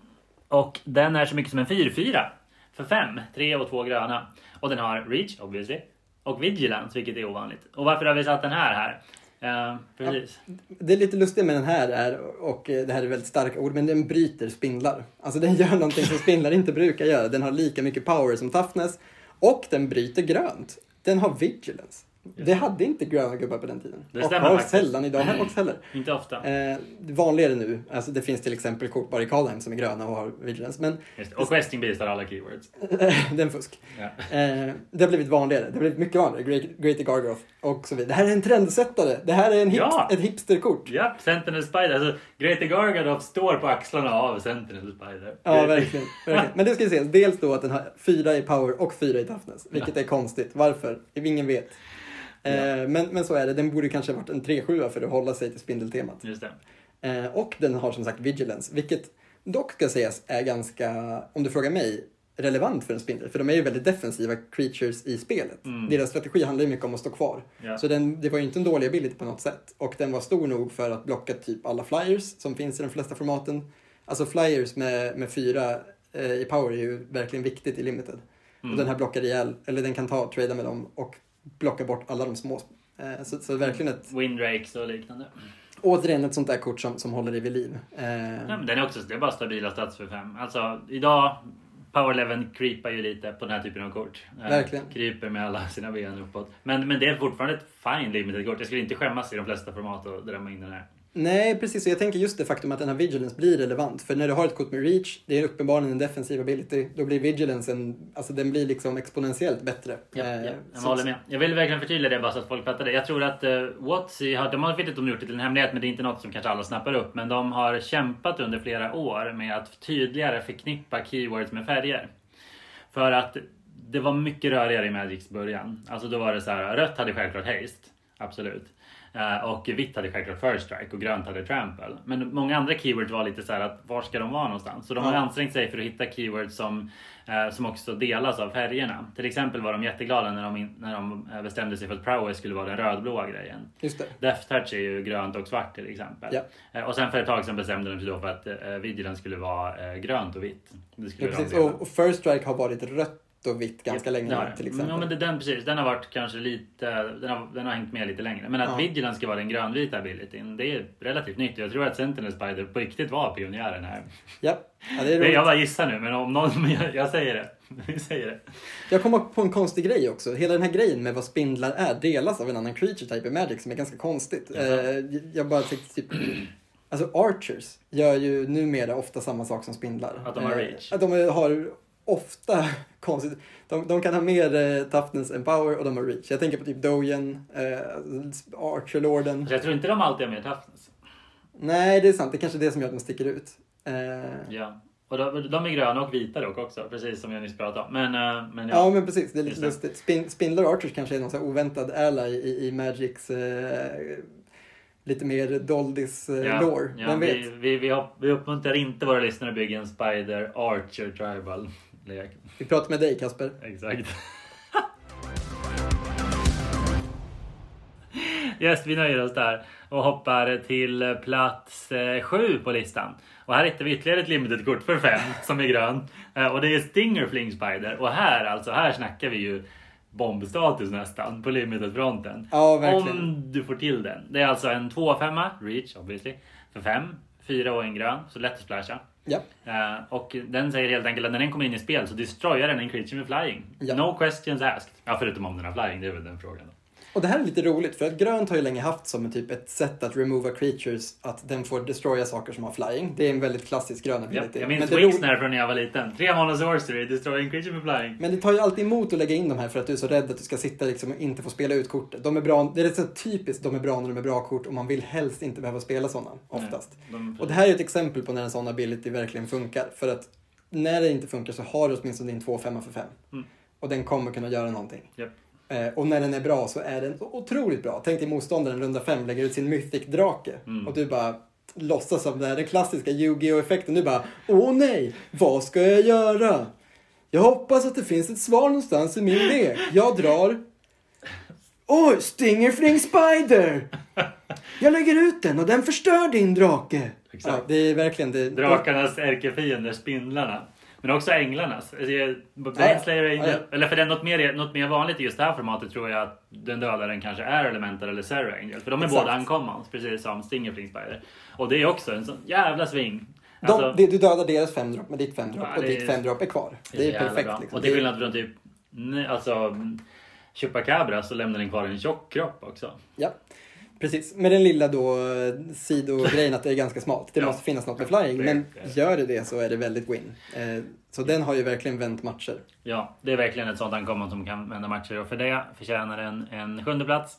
[SPEAKER 2] Och den är så mycket som en 4-4. För 5, 3 och 2 gröna. Och den har Reach, obviously. Och Vigilance, vilket är ovanligt. Och varför har vi satt den här? Precis.
[SPEAKER 1] Ja, det är lite lustigt med den här och det här är väldigt starka ord, men den bryter spindlar. Alltså den gör någonting som spindlar inte brukar göra. Den har lika mycket power som toughness och den bryter grönt. Den har Vigilance. Det hade inte gröna gubbar på den tiden.
[SPEAKER 2] Det stämmer faktiskt.
[SPEAKER 1] Sällan idag också heller.
[SPEAKER 2] Inte ofta.
[SPEAKER 1] Vanligare nu. Alltså det finns till exempel kort bara i Kaldheim som är gröna och har Vigilance. Men
[SPEAKER 2] och Questing Beast har alla keywords.
[SPEAKER 1] Den fusk. Ja. Det har blivit vanligare. Det har blivit mycket vanligare. Greater Gargoth och så vidare. Det här är en trendsättare. Det här är ett hipsterkort.
[SPEAKER 2] Ja, Sentinel Spider. Alltså, Greater Gargoth står på axlarna av Sentinel Spider.
[SPEAKER 1] Ja, verkligen. Men det ska vi se. Dels då att den har 4 i power och 4 i toughness. Vilket är konstigt. Varför? Ingen vet. Men så är det. Den borde kanske ha varit en 3-7 för att hålla sig till spindeltemat.
[SPEAKER 2] Just det.
[SPEAKER 1] Och den har som sagt Vigilance. Vilket dock ska sägas är ganska, om du frågar mig, relevant för en spindel. För de är ju väldigt defensiva creatures i spelet. Deras strategi handlar ju mycket om att stå kvar. Så det var ju inte en dålig ability på något sätt. Och den var stor nog för att blocka typ alla flyers som finns i de flesta formaten. Alltså flyers med 4 i power är ju verkligen viktigt i limited. Och den här blockar ihjäl, eller den kan trada med dem och blocka bort alla de små. Så verkligen ett...
[SPEAKER 2] Windrakes och liknande.
[SPEAKER 1] Återigen ett sånt där kort som håller dig vid liv.
[SPEAKER 2] Men den är också, det är bara stabila stats för 5. Alltså idag, Power 11 creepar ju lite på den här typen av kort.
[SPEAKER 1] Verkligen.
[SPEAKER 2] Kryper med alla sina ben uppåt. Men det är fortfarande ett fine limited kort. Jag skulle inte skämmas i de flesta format och drämma in den här.
[SPEAKER 1] Nej, precis. Så jag tänker just det faktum att den här Vigilance blir relevant. För när du har ett kort med Reach, det är uppenbarligen en defensiv ability, då blir Vigilance den blir liksom exponentiellt bättre.
[SPEAKER 2] Ja, jag håller med. Jag vill verkligen förtydliga det bara så att folk fattar det. Jag tror att WotC, de har inte gjort det till en hemlighet, men det är inte något som kanske alla snappar upp. Men de har kämpat under flera år med att tydligare förknippa keywords med färger. För att det var mycket rörigare i Magics början. Alltså då var det så här, rött hade självklart haste, absolut. Och vitt hade självklart first strike och grönt hade trample. Men många andra keywords var lite så här att var ska de vara någonstans? Så de har ansträngt sig för att hitta keywords som också delas av färgerna. Till exempel var de jätteglada när de bestämde sig för att prowess skulle vara den rödblåa grejen.
[SPEAKER 1] Just det.
[SPEAKER 2] Death Touch är ju grönt och svart till exempel.
[SPEAKER 1] Ja.
[SPEAKER 2] Och sen för ett tag sedan bestämde de sig då för att Vigilance skulle vara grönt och vitt. Det skulle
[SPEAKER 1] precis. Och first strike har varit rött och vitt ganska länge till exempel.
[SPEAKER 2] Ja, men den har varit kanske lite, den har hängt med lite längre. Men att Vigilance ska vara den grönvita abilityn, det är relativt nytt. Jag tror att Sentinel Spider på riktigt var pionjären här.
[SPEAKER 1] Ja, det är roligt.
[SPEAKER 2] Jag bara gissar nu, men om någon, jag säger det. Vi säger det.
[SPEAKER 1] Jag kommer på en konstig grej också. Hela den här grejen med vad spindlar är delas av en annan creature type i Magic som är ganska konstigt. Jag bara tänkte typ... Alltså Archers gör ju numera ofta samma sak som spindlar.
[SPEAKER 2] Att de har reach.
[SPEAKER 1] Att de har ofta konstigt. De kan ha mer toughness än power och de har reach. Jag tänker på typ Dogen, Archerlorden.
[SPEAKER 2] Jag tror inte de alltid har mer toughness.
[SPEAKER 1] Nej, det är sant. Det är kanske det som gör att de sticker ut.
[SPEAKER 2] Ja. Och de är gröna och vita dock också, precis som jag nyss pratade om. Men
[SPEAKER 1] ja, men precis. Det är lite lustigt. Spindlar Archers kanske är någon så här oväntad ally i Magics lite mer Doldis lore.
[SPEAKER 2] Ja,
[SPEAKER 1] vem vet?
[SPEAKER 2] Vi uppmuntrar inte våra lyssnare att bygga en Spider Archer Tribal-lek.
[SPEAKER 1] Vi pratar med dig, Kasper.
[SPEAKER 2] Exakt. Yes, vi nöjer oss där och hoppar till plats 7 på listan. Och här hittar vi ytterligare ett limited-kort för 5 som är grön. Och det är Stinger Fling Spider. Och här snackar vi ju bombstatus nästan på limited-fronten.
[SPEAKER 1] Ja, verkligen.
[SPEAKER 2] Om du får till den. Det är alltså en 2/5 reach, obviously, för 5, 4 och en grön. Så lätt att splasha.
[SPEAKER 1] Ja.
[SPEAKER 2] Och den säger helt enkelt att när den kommer in i spel så destroyar den en creature med flying.
[SPEAKER 1] Ja.
[SPEAKER 2] No questions asked. Ja, förutom om den har flying, det är väl den frågan då.
[SPEAKER 1] Och det här är lite roligt för att grönt har ju länge haft som en typ ett sätt att remova creatures, att den får destroya saker som har flying. Det är en väldigt klassisk grön ability.
[SPEAKER 2] Jag minns Wingsnare från när jag var liten. 3 mana sorcery, destroying creature med flying.
[SPEAKER 1] Men det tar ju alltid emot att lägga in de här för att du är så rädd att du ska sitta liksom och inte få spela ut kortet. De är bra, det är rätt så typiskt, de är bra när de är bra kort och man vill helst inte behöva spela sådana, oftast. Och det här är ett exempel på när en sån ability verkligen funkar. För att när det inte funkar så har du åtminstone din 2/5 för 5. Och den kommer kunna göra någonting.
[SPEAKER 2] Yep.
[SPEAKER 1] Och när den är bra så är den otroligt bra. Tänk dig motståndaren runda 5 lägger ut sin Mythic-drake. Och du bara låtsas av det här, den klassiska Yu-Gi-Oh-effekten. Du bara, åh nej, vad ska jag göra? Jag hoppas att det finns ett svar någonstans i min lek. Jag drar... Oj, Stinger Fling Spider! Jag lägger ut den och den förstör din drake.
[SPEAKER 2] Exakt.
[SPEAKER 1] Ja, det är verkligen det.
[SPEAKER 2] Drakarnas ärkefiender, spindlarna. Men också änglarnas. Baneslayer Angel. Ja. Eller för den något mer vanligt i just det här formatet tror jag att den dödaren kanske är Elemental eller Serra Angel. För de är båda uncommons, precis som Stinger Fling Spider. Och det är också en sån jävla sving. Alltså,
[SPEAKER 1] du dödar deras 5-drop med ditt 5-drop och ditt 5-drop är kvar. Det är perfekt. Liksom.
[SPEAKER 2] Och till skillnad från typ Chupacabra så lämnar den kvar en tjock kropp också.
[SPEAKER 1] Ja. Precis, med den lilla då sidogrejen att det är ganska smalt. Det måste finnas något med flying, men gör det så är det väldigt win. Så den har ju verkligen vänt matcher.
[SPEAKER 2] Ja, det är verkligen ett sånt ankommande som kan vända matcher och för det förtjänar den en 7:e plats.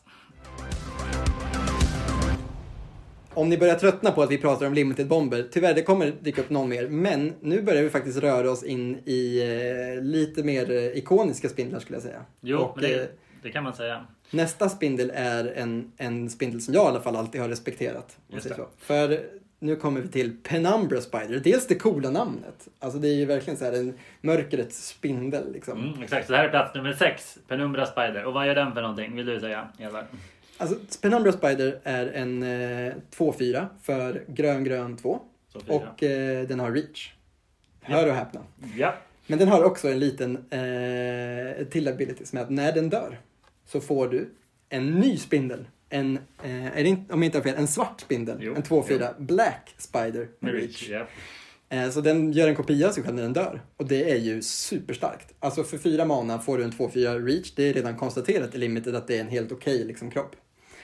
[SPEAKER 1] Om ni börjar tröttna på att vi pratar om limited bomber, tyvärr det kommer dyka upp någon mer, men nu börjar vi faktiskt röra oss in i lite mer ikoniska spindlar skulle jag säga.
[SPEAKER 2] Jo, och men det kan man säga.
[SPEAKER 1] Nästa spindel är en spindel som jag i alla fall alltid har respekterat. Så. För nu kommer vi till Penumbra Spider. Dels det coola namnet. Alltså det är ju verkligen så här en mörkrets spindel. Liksom.
[SPEAKER 2] Exakt, så här är plats nummer 6. Penumbra Spider. Och vad gör den för någonting? Vill du säga?
[SPEAKER 1] Alltså Penumbra Spider är en 2/4 för grön 2. Och den har reach. Hör och häpna.
[SPEAKER 2] Ja.
[SPEAKER 1] Men den har också en liten till ability som är att när den dör så får du en ny spindel. Om jag inte har fel, en svart spindel. En 2/4 Black Spider med reach. Så den gör en kopia av sig själv när den dör. Och det är ju superstarkt. Alltså för 4 mana får du en 2/4 reach. Det är redan konstaterat i limited att det är en helt okej liksom, kropp.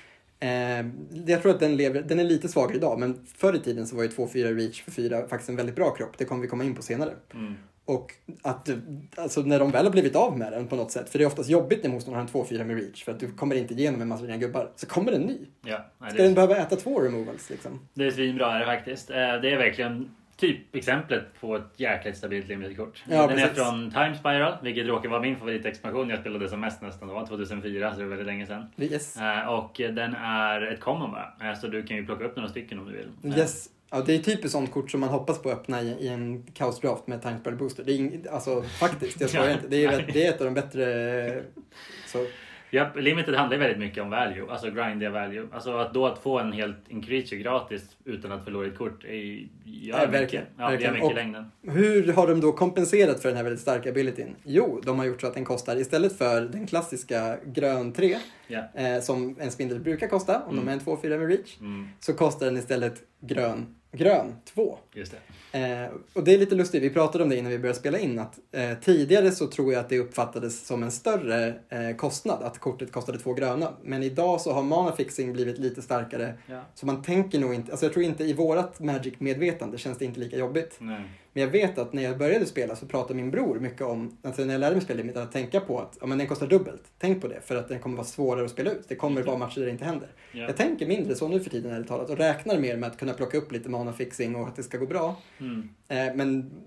[SPEAKER 1] Jag tror att den är lite svagare idag. Men förr i tiden så var ju 2/4 reach för 4 faktiskt en väldigt bra kropp. Det kommer vi komma in på senare. Och att alltså när de väl har blivit av med den på något sätt. För det är oftast jobbigt när motståndaren har en 2/4 med reach. För att du kommer inte igenom en massa dina gubbar. Så kommer den ny. Ska den behöva äta 2 removals liksom?
[SPEAKER 2] Det är svinbra är det faktiskt. Det är verkligen typ exemplet på ett jäkligt stabilt limited-kort.
[SPEAKER 1] Ja,
[SPEAKER 2] den är från Time Spiral, vilket råkar vara min favoritexpansion. Jag spelade som mest nästan då, 2004, så det är väldigt länge sedan.
[SPEAKER 1] Yes.
[SPEAKER 2] Och den är ett common bara. Så du kan ju plocka upp några stycken om du vill.
[SPEAKER 1] Yes. Ja, det är typiskt sånt kort som man hoppas på att öppna i en Chaos Draft med Time Spiral Booster. Det är alltså faktiskt, jag svarar inte. Det är ett av de bättre... Så.
[SPEAKER 2] Ja, limited handlar väldigt mycket om value, alltså grindiga value. Alltså att få en creature gratis utan att förlora ett kort är
[SPEAKER 1] verkligen.
[SPEAKER 2] Det är mycket i längden.
[SPEAKER 1] Hur har de då kompenserat för den här väldigt starka abilityn? Jo, de har gjort så att den kostar istället för den klassiska grön 3 som en spindel brukar kosta om de är en 2/4 med reach, så kostar den istället grön 2.
[SPEAKER 2] Just det.
[SPEAKER 1] Och det är lite lustigt, vi pratade om det innan vi började spela in att tidigare så tror jag att det uppfattades som en större kostnad att kortet kostade 2 gröna, men idag så har mana fixing blivit lite starkare, så man tänker nog inte, alltså jag tror inte i vårat Magic-medvetande känns det inte lika jobbigt.
[SPEAKER 2] Nej.
[SPEAKER 1] Men jag vet att när jag började spela så pratade min bror mycket om, alltså när jag lärde mig spela att tänka på att men den kostar dubbelt. Tänk på det, för att den kommer vara svårare att spela ut. Det kommer vara matcher där det inte händer. Jag tänker mindre så nu för tiden ärligt talat och räknar mer med att kunna plocka upp lite mana fixing och att det ska gå bra. Men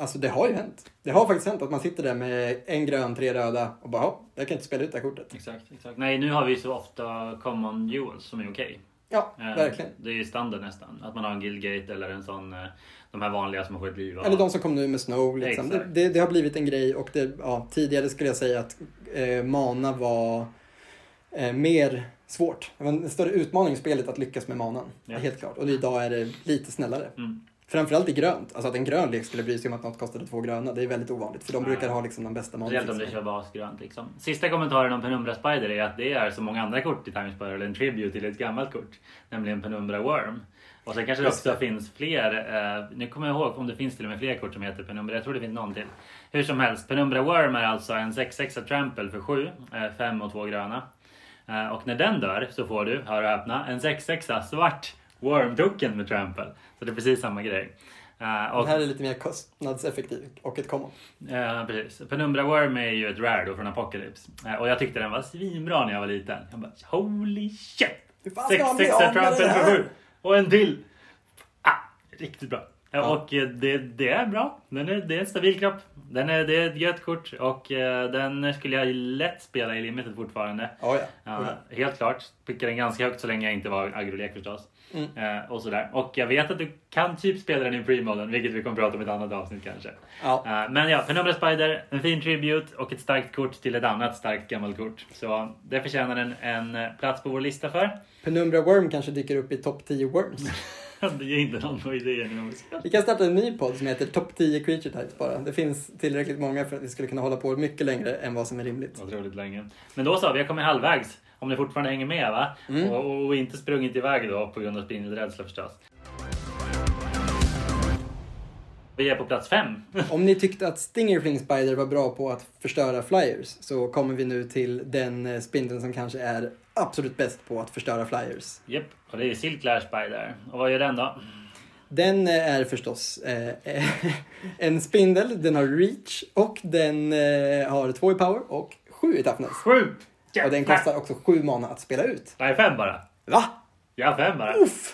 [SPEAKER 1] Alltså det har ju hänt. Det har faktiskt hänt att man sitter där med en grön, 3 röda och bara, jag kan inte spela ut det här kortet.
[SPEAKER 2] Exakt. Nej, nu har vi så ofta common duels som är okej.
[SPEAKER 1] Ja, verkligen.
[SPEAKER 2] Det är ju standard nästan. Att man har en Guildgate eller en sån, de här vanliga som har fått liv.
[SPEAKER 1] Eller de som kom nu med Snow. Liksom. Det har blivit en grej och tidigare skulle jag säga att mana var mer svårt. Det var en större utmaning i spelet att lyckas med manan. Ja. Helt klart. Och idag är det lite snällare. Framförallt i grönt. Alltså att en grön lek skulle bry sig om att något kostade 2 gröna. Det är väldigt ovanligt. För de brukar ha liksom de bästa manan.
[SPEAKER 2] Helt om det kör basgrönt liksom. Sista kommentaren om Penumbra Spider är att det är så många andra kort i Time Spiral en tribute till ett gammalt kort. Nämligen Penumbra Worm. Och sen kanske det också finns fler. Nu kommer jag ihåg om det finns till och med fler kort som heter Penumbra. Jag tror det finns någon till. Hur som helst. Penumbra Worm är alltså en 6/6 trample för 7. 5 och 2 gröna. Och när den dör så får du, hör och öppna, en 6/6 svart Worm-token med trample. Så det är precis samma grej.
[SPEAKER 1] Och det här är lite mer kostnadseffektiv och ett common.
[SPEAKER 2] Precis. Penumbra Worm är ju ett rare då från Apocalypse. Och jag tyckte den var svinbra när jag var liten. Jag bara, holy shit! 6/6 trample för 7. Och en till. Riktigt bra. Ja. Och det är bra. Det är en stabil kropp. Det är ett gött kort. Och den skulle jag lätt spela i limited fortfarande. Helt klart. Pickar den ganska högt så länge jag inte var agrolek förstås. Och sådär. Och jag vet att du kan typ spela den i pre-moden. Vilket vi kommer prata om i ett annat avsnitt kanske.
[SPEAKER 1] Ja.
[SPEAKER 2] Men ja, Penumbra Spider. En fin tribute och ett starkt kort till ett annat starkt gammalt kort. Så det förtjänar en plats på vår lista för.
[SPEAKER 1] Penumbra Worm kanske dyker upp i topp 10 Worms.
[SPEAKER 2] Det ger inte någon idé nu.
[SPEAKER 1] Vi kan starta en ny podd som heter Top 10 Creature Types bara. Det finns tillräckligt många för att vi skulle kunna hålla på mycket längre än vad som är rimligt.
[SPEAKER 2] Otroligt länge. Men då så, vi har kommit halvvägs. Om ni fortfarande hänger med va? Och inte sprungit iväg då på grund av spindelrädsla förstås. Vi är på plats 5.
[SPEAKER 1] Om ni tyckte att Stingerfling Spider var bra på att förstöra flyers så kommer vi nu till den spindeln som kanske är absolut bäst på att förstöra flyers.
[SPEAKER 2] Japp, och det är Silklash Spider. Och vad gör den då?
[SPEAKER 1] Den är förstås en spindel, den har reach och den har 2 i power och 7 i toughness.
[SPEAKER 2] 7!
[SPEAKER 1] Yeah. Och den kostar också 7 mana att spela ut.
[SPEAKER 2] Nej, 5 bara.
[SPEAKER 1] Va?
[SPEAKER 2] Ja, 5 bara.
[SPEAKER 1] Uff!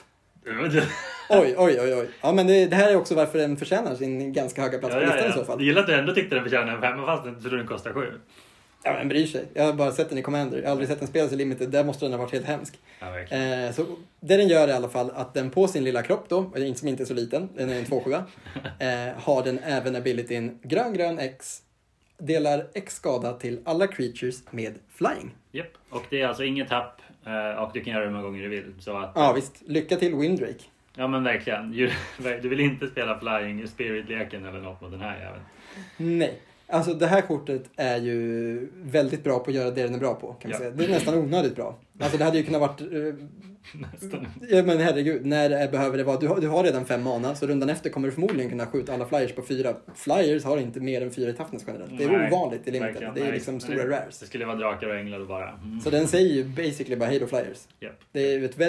[SPEAKER 1] Oj. Ja, men det här är också varför den förtjänar sin ganska höga plats på listan i så fall.
[SPEAKER 2] Jag gillar att du ändå tyckte den förtjänar en 5 fast jag tror den kostar 7.
[SPEAKER 1] Ja, men bryr sig. Jag har bara sett den i Commander. Jag har aldrig sett den spelas i Limited. Där måste den ha varit helt hemsk.
[SPEAKER 2] Ja,
[SPEAKER 1] så det den gör är i alla fall att den på sin lilla kropp då, som inte är så liten, den är en 2/7, har den även abilityn grön X, delar X skada till alla creatures med flying.
[SPEAKER 2] Japp, och det är alltså inget tapp och du kan göra det hur många gånger du vill. Så att,
[SPEAKER 1] ja visst, lycka till Windrake.
[SPEAKER 2] Ja men verkligen, du vill inte spela Flying Spirit-leken eller något mot den här jäveln.
[SPEAKER 1] Nej. Alltså det här kortet är ju väldigt bra på att göra det den är bra på, kan man säga. Det är nästan onödigt bra. Alltså det hade ju kunnat varit...
[SPEAKER 2] nästan.
[SPEAKER 1] Ja men herregud, när det behöver det vara... Du har redan 5 mana, så rundan efter kommer du förmodligen kunna skjuta alla flyers på 4. Flyers har inte mer än 4 i toughness generellt. Det är ovanligt i Limited. Det är liksom stora rares.
[SPEAKER 2] Det skulle vara drakar och änglar och bara...
[SPEAKER 1] Så den säger ju basically bara Halo Flyers.
[SPEAKER 2] Yep.
[SPEAKER 1] Det är ju ett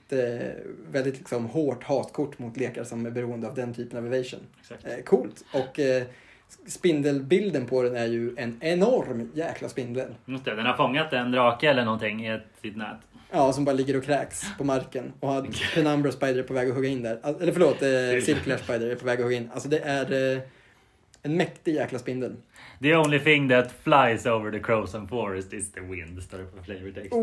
[SPEAKER 1] väldigt liksom hårt hatkort mot lekar som är beroende av den typen av evasion. Coolt. Och... spindelbilden på den är ju en enorm jäkla spindel.
[SPEAKER 2] Just det, den har fångat en drake eller någonting i sitt nät.
[SPEAKER 1] Ja, som bara ligger och kräks på marken. Och har Penumbra Spider på väg att hugga in där. Eller förlåt, Silklash Spider är på väg att hugga in. Alltså det är en mäktig jäkla spindel.
[SPEAKER 2] The only thing that flies over the Crowson Forest is the wind, står det på flavor text.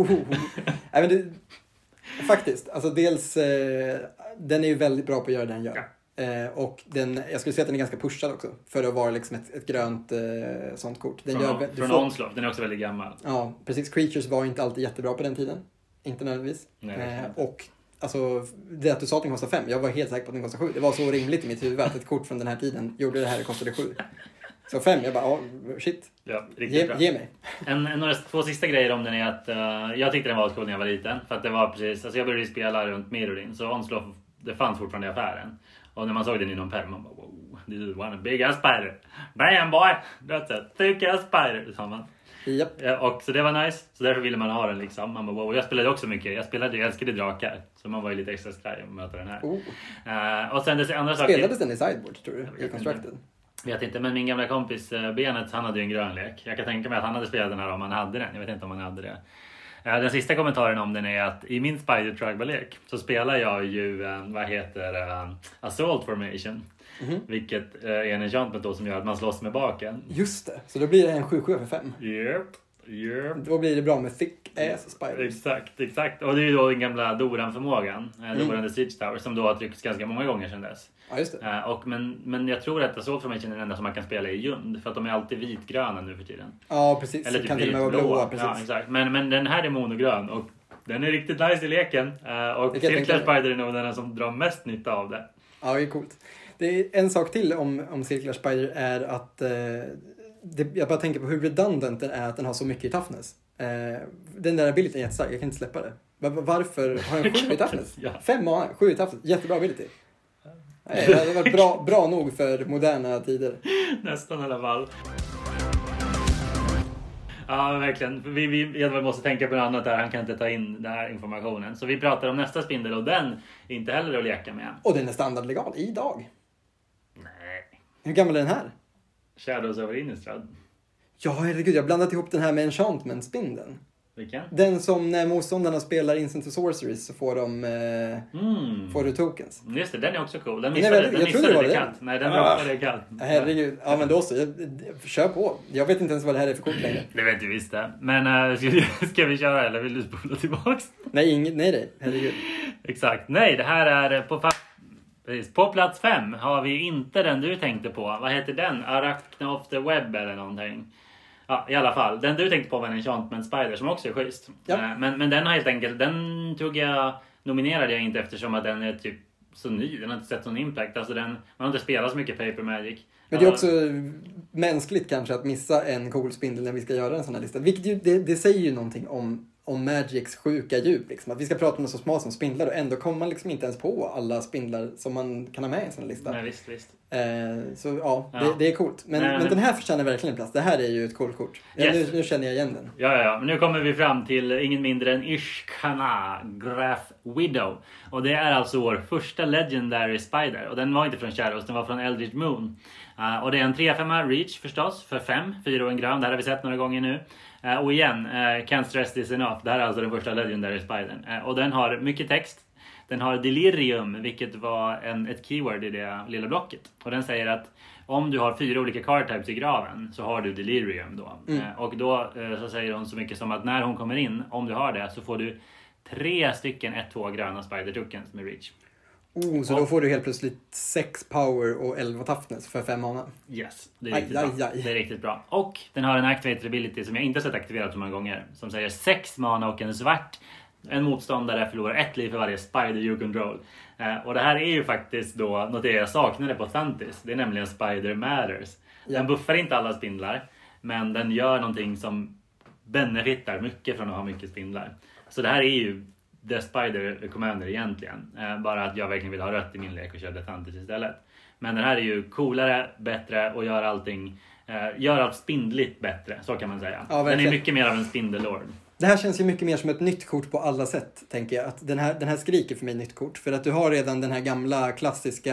[SPEAKER 1] Nej, men faktiskt, alltså dels den är ju väldigt bra på att göra det den gör. Ja. Och jag skulle säga att den är ganska pushad också. För att vara liksom ett grönt sånt kort.
[SPEAKER 2] Från Onslaught, den är också väldigt gammal.
[SPEAKER 1] Ja, precis. Creatures var inte alltid jättebra på den tiden. Inte nödvändigtvis. Och alltså, det att du sa att den kostar 5. Jag var helt säker på att den kostar 7. Det var så rimligt i mitt huvud att ett kort från den här tiden gjorde det här, det kostade 7. Så 5, jag bara, shit.
[SPEAKER 2] Ja, ge mig. Några 2 sista grejer om den är att jag tyckte den var cool när jag var liten. För att det var precis, alltså jag började spela runt Mirrorin. Så Onslaught, det fanns fortfarande i affären. Och när man såg den i någon pärm, man bara, wow, this is one big ass spider. Bam boy, that's a thick ass spider, sa man.
[SPEAKER 1] Yep.
[SPEAKER 2] Ja, och så det var nice, så därför ville man ha den liksom. Man bara, wow. Jag spelade också mycket, jag älskade drakar. Så man var ju lite extra skraj att möta den här. Och sen det andra saker.
[SPEAKER 1] Spelades den i sideboard, tror du? I Constructed?
[SPEAKER 2] Vet inte, men min gamla kompis Benet, han hade ju en grön lek. Jag kan tänka mig att han hade spelat den här om han hade den. Jag vet inte om han hade det. Den sista kommentaren om den är att i min Spider Tribal-lek så spelar jag ju Assault Formation. Vilket är en enchantment då som gör att man slåss med baken.
[SPEAKER 1] Just det, så då blir det en 7/7 för 5.
[SPEAKER 2] Yep.
[SPEAKER 1] Då blir det bra med thick ass spiders.
[SPEAKER 2] Exakt. Och det är ju då den gamla Doran-förmågan. Doran the Siege Tower som då har tryckts ganska många gånger sedan dess.
[SPEAKER 1] Ja, just det.
[SPEAKER 2] Men jag tror att Assault Formation är den enda som man kan spela i Jund. För att de är alltid vitgröna nu för tiden.
[SPEAKER 1] Ja, precis.
[SPEAKER 2] Eller typ
[SPEAKER 1] kan till och med vara blåa. Precis.
[SPEAKER 2] Ja, exakt. Men den här är monogrön och den är riktigt nice i leken. Och Circular Spider är nog den som drar mest nytta av det.
[SPEAKER 1] Ja, det är coolt. Det är en sak till om Circular Spider är att jag bara tänker på hur redundant den är att den har så mycket i toughness. Den där ability är jättestark, jag kan inte släppa det. Varför har den 7 i toughness? 5 mana, 7 i toughness, jättebra ability. Det har varit bra nog för moderna tider.
[SPEAKER 2] Nästan i alla fall. Ja, verkligen. Vi måste tänka på något annat där. Han kan inte ta in den här informationen. Så vi pratar om nästa spindel och den är inte heller att leka med.
[SPEAKER 1] Och den är standardlegal idag.
[SPEAKER 2] Nej.
[SPEAKER 1] Hur gammal är den här?
[SPEAKER 2] Shadows over Innistrad.
[SPEAKER 1] Ja, herregud. Jag har blandat ihop den här med Enchantment-spindeln.
[SPEAKER 2] Vilken?
[SPEAKER 1] Den som när motståndarna spelar Instant to Sorceries så får du tokens.
[SPEAKER 2] Just det, den är också cool. Den
[SPEAKER 1] missade
[SPEAKER 2] det kallt. Nej, den var kallt.
[SPEAKER 1] Herregud. Ja, men då så. Kör på. Jag vet inte ens vad det här är för kort längre.
[SPEAKER 2] Det vet du visst det. Men ska vi köra eller vill du spola tillbaks?
[SPEAKER 1] Nej. Herregud.
[SPEAKER 2] Exakt. Nej, det här är på plats 5 har vi inte den du tänkte på. Vad heter den? Arachne of the Web eller någonting. Ja, i alla fall. Den du tänkte på var en Enchantment Spider som också är schysst. Ja. Men den har helt enkelt, den nominerade jag inte eftersom att den är typ så ny. Den har inte sett sån impact. Alltså man har inte spelat så mycket Paper Magic.
[SPEAKER 1] Men det är också mänskligt kanske att missa en cool spindel när vi ska göra en sån här lista. Vilket det säger ju någonting om Magics sjuka djup. Liksom. Att vi ska prata om det så små som spindlar och ändå kommer man liksom inte ens på alla spindlar som man kan ha med i en sån här lista.
[SPEAKER 2] Nej, visst.
[SPEAKER 1] Så ja. Det är coolt. Men den här förtjänar verkligen plats. Det här är ju ett coolt kort.
[SPEAKER 2] Yes.
[SPEAKER 1] Nu känner jag igen den.
[SPEAKER 2] Ja. Men nu kommer vi fram till ingen mindre än Ishkana Graf Widow. Och det är alltså vår första Legendary Spider. Och den var inte från Shadows, den var från Eldritch Moon. Och det är en 3/5 Reach förstås, för 5, 4 och en grön. Det här har vi sett några gånger nu. Och igen, Can't stress this enough. Det här är alltså den första Legendary Spidern. Och den har mycket text. Den har delirium, vilket var ett keyword i det lilla blocket. Och den säger att om du har 4 olika card types i graven så har du delirium då. Och då så säger hon så mycket som att när hon kommer in, om du har det, så får du 3 stycken 1/2 gröna spider tokens med reach.
[SPEAKER 1] Så då får du helt plötsligt 6 power och 11 toughness för 5 mana.
[SPEAKER 2] Yes, det är riktigt bra. Det är riktigt bra. Och den har en activated ability som jag inte sett aktiverat så många gånger. Som säger 6 mana och en svart. En motståndare förlorar 1 liv för varje spider you control. Och det här är ju faktiskt då något jag saknade på Atlantis. Det är nämligen Spider Matters. Den buffar inte alla spindlar. Men den gör någonting som benefitar mycket från att ha mycket spindlar. Så det här är ju The Spider Commander egentligen. Bara att jag verkligen vill ha rött i min lek och köra Atlantis istället. Men den här är ju coolare, bättre och gör allt spindligt bättre. Så kan man säga. Ja, den är mycket mer av en spindellord.
[SPEAKER 1] Det här känns ju mycket mer som ett nytt kort på alla sätt, tänker jag. Att den här skriker för mig nytt kort. För att du har redan den här gamla klassiska,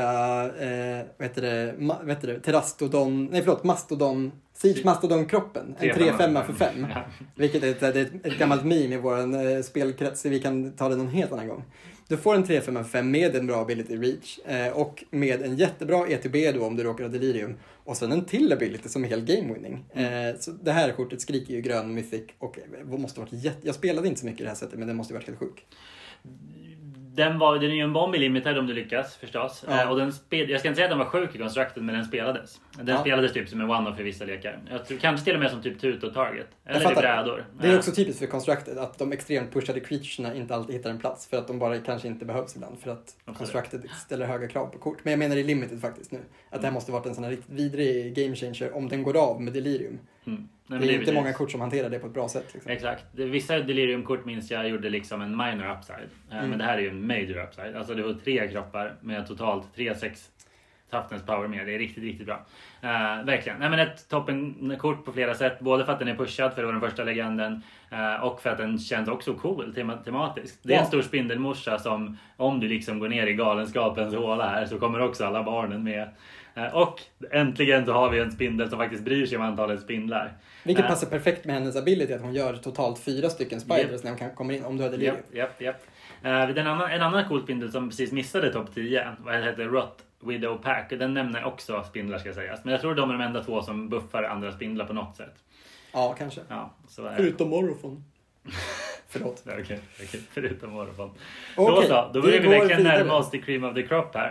[SPEAKER 1] Mastodon, Siege Mastodon-kroppen. En 3/5 för 5. Ja. Vilket är ett gammalt meme i vår spelkrets. Vi kan ta det någon helt annan gång. Du får en 3/5 för 5 med en bra ability reach. Och med en jättebra ETB då om du råkar ha delirium. Och sen en till ability som är helt game-winning. Så det här kortet skriker ju grön mythic. Och måste varit jag spelade inte så mycket i det här sättet, men den måste varit helt sjuk.
[SPEAKER 2] Den är ju en bomb i limited om du lyckas förstås. Ja. Och jag ska inte säga att den var sjuk i constructed, men den spelades. Den spelades typ som en one-off för vissa lekar. Jag tror kanske till och med som typ tut och target. Eller i brädor.
[SPEAKER 1] Det är också typiskt för constructed att de extremt pushade creaturerna inte alltid hittar en plats. För att de bara kanske inte behövs ibland. För att constructed ställer höga krav på kort. Men jag menar i limited faktiskt nu. Att det här måste varit en sån här riktigt vidrig game changer om den går av med delirium. Nej, det är inte många kort som hanterar det på ett bra sätt. Liksom.
[SPEAKER 2] Exakt. Vissa delirium-kort minns jag gjorde liksom en minor upside. Men det här är ju en major upside. Alltså det var 3 kroppar med totalt 3/6 Toughness Power mer. Det är riktigt, riktigt bra. Verkligen. Nej, men ett toppenkort på flera sätt. Både för att den är pushad för att vara den första legenden. Och för att den känns också cool tematiskt. Det är en stor spindelmorsa som, om du liksom går ner i galenskapens håla här, så kommer också alla barnen med. Och äntligen så har vi en spindel som faktiskt bryr sig om antalet spindlar.
[SPEAKER 1] Vilket passar perfekt med hennes ability, att hon gör totalt 4 stycken spiders när hon kommer in, om du hade Delirium.
[SPEAKER 2] Japp. En annan cool spindel som precis missade topp 10, vad heter Rot Widow Pack. Den nämner också spindlar, ska sägas. Men jag tror de är de enda 2 som buffar andra spindlar på något sätt.
[SPEAKER 1] Ja, kanske.
[SPEAKER 2] Ja, så är det.
[SPEAKER 1] Förutom Morofon. Förlåt.
[SPEAKER 2] Okej. Förutom Morofon.
[SPEAKER 1] Okay.
[SPEAKER 2] Då börjar vi verkligen närma oss till cream of the crop här.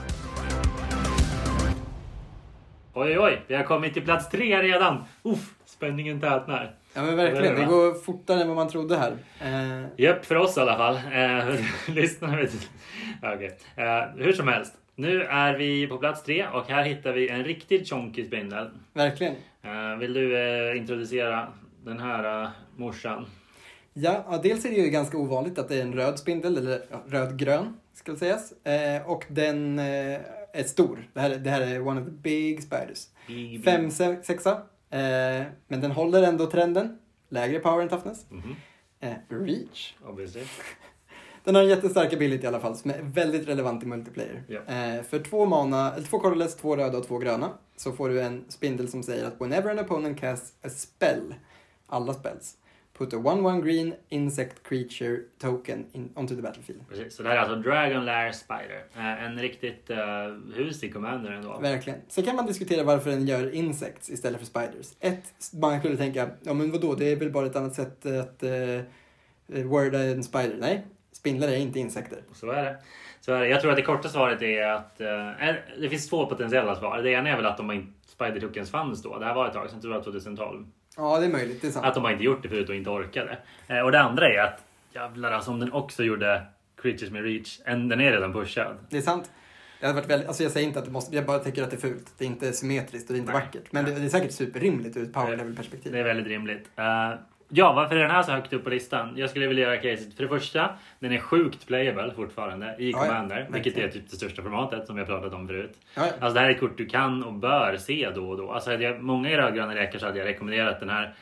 [SPEAKER 2] Oj, vi har kommit till plats 3 redan. Spänningen tätnar.
[SPEAKER 1] Ja, men verkligen, det går fortare än vad man trodde här.
[SPEAKER 2] Japp, för oss i alla fall. Lyssna. Okej. Hur som helst. Nu är vi på plats 3 och här hittar vi en riktigt chonky spindel.
[SPEAKER 1] Verkligen.
[SPEAKER 2] Vill du introducera den här morsan?
[SPEAKER 1] Ja, dels är det ju ganska ovanligt att det är en röd spindel, eller rödgrön ska det sägas. Och den är stor. Det här är one of the big spiders. 5-6. Men den håller ändå trenden. Lägre power and toughness. Reach.
[SPEAKER 2] Obviously.
[SPEAKER 1] Den har en jättestark ability i alla fall som är väldigt relevant i multiplayer. För 2 mana, eller 2 colorless, 2 röda och 2 gröna, så får du en spindel som säger att whenever an opponent casts a spell, alla spells, put a 1/1 green insect creature token onto the battlefield.
[SPEAKER 2] Precis, så det här är alltså Dragon Lair Spider. En riktigt hus i Commander ändå.
[SPEAKER 1] Verkligen. Så kan man diskutera varför den gör insects istället för spiders. Man skulle tänka, ja men vadå, det är väl bara ett annat sätt att worda en spider. Nej, spindlar är inte insekter.
[SPEAKER 2] Så är det. Jag tror att det korta svaret är att det finns 2 potentiella svar. Det ena är väl att de Spider Tokens fanns då. Det här var ett tag sedan, tror jag 2012.
[SPEAKER 1] Ja, det är möjligt, det är sant.
[SPEAKER 2] Att de har inte gjort det förut och inte orkade. Och det andra är att, jävlar alltså, om den också gjorde Creatures med Reach, den är redan pushad.
[SPEAKER 1] Det är sant. Det hade varit väldigt, alltså jag säger inte att det måste, jag bara tycker att det är fult. Det är inte symmetriskt och det är inte vackert. Men det är säkert superrimligt ur ett power level perspektiv.
[SPEAKER 2] Det är väldigt rimligt. Varför är den här så högt upp på listan? Jag skulle vilja göra caset. För det första, den är sjukt playable fortfarande i Commander. Vilket är typ det största formatet som vi har pratat om förut. Alltså det här är ett kort du kan och bör se då och då. Alltså hade jag många rödgröna lekar så hade jag rekommenderat den här.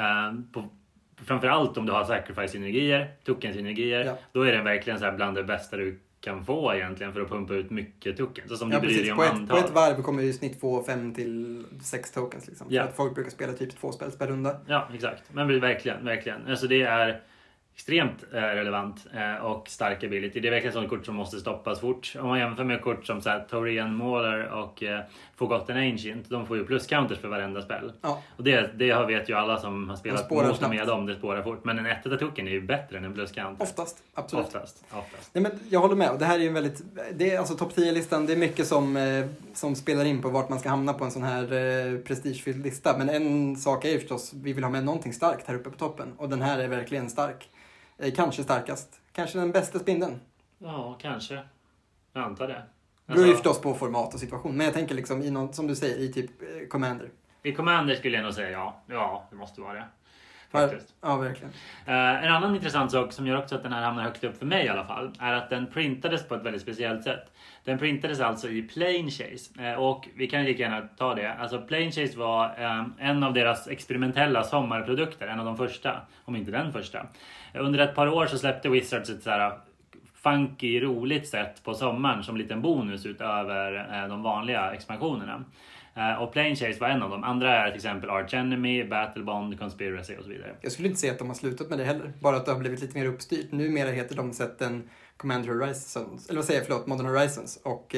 [SPEAKER 2] Framförallt om du har sacrifice-synergier, token-synergier. Då är den verkligen så här bland det bästa du kan få egentligen för att pumpa ut mycket tokens. Så som du bryr dig om antal.
[SPEAKER 1] På ett varv kommer ju snitt få 5 till 6 tokens liksom. För att folk brukar spela typ 2 spel per runda.
[SPEAKER 2] Ja, exakt. Men verkligen. Alltså det är extremt relevant och stark ability. Det är verkligen sådant kort som måste stoppas fort. Om man jämför med kort som Taurian Mauler och Forgotten Ancient, de får ju plus counters för varenda spel. Ja. Och det vet ju alla som har spelat mot med dem, det spårar fort. Men en 1 token är ju bättre än en plus counter.
[SPEAKER 1] Oftast, absolut.
[SPEAKER 2] Oftast.
[SPEAKER 1] Nej, men jag håller med. Och det här är ju en väldigt, det är alltså topp 10-listan, det är mycket som spelar in på vart man ska hamna på en sån här prestigefylld lista. Men en sak är ju förstås, vi vill ha med någonting starkt här uppe på toppen. Och den här är verkligen stark. Kanske starkast. Kanske den bästa spindeln.
[SPEAKER 2] Ja, kanske. Jag antar det.
[SPEAKER 1] Det beror ju förstås på format och situation. Men jag tänker liksom i någon, som du säger, i typ Commander.
[SPEAKER 2] I Commander skulle jag nog säga ja, det måste vara det. Faktiskt.
[SPEAKER 1] Ja, verkligen.
[SPEAKER 2] En annan intressant sak som gör också att den här hamnar högt upp för mig i alla fall är att den printades på ett väldigt speciellt sätt. Den printades alltså i Plane Chase. Och vi kan lika gärna ta det. Alltså Plane Chase var en av deras experimentella sommarprodukter. En av de första, om inte den första. Under ett par år så släppte Wizards ett så här funky, roligt sätt på sommaren som liten bonus utöver de vanliga expansionerna. Och Plane Chase var en av dem. Andra är till exempel Arch Enemy, Battle Bond, Conspiracy och så vidare. Jag
[SPEAKER 1] skulle inte säga att de har slutat med det heller. Bara att det har blivit lite mer uppstyrt. Numera heter de sätten Commander Horizons. Eller vad säger jag? Förlåt, Modern Horizons. Och...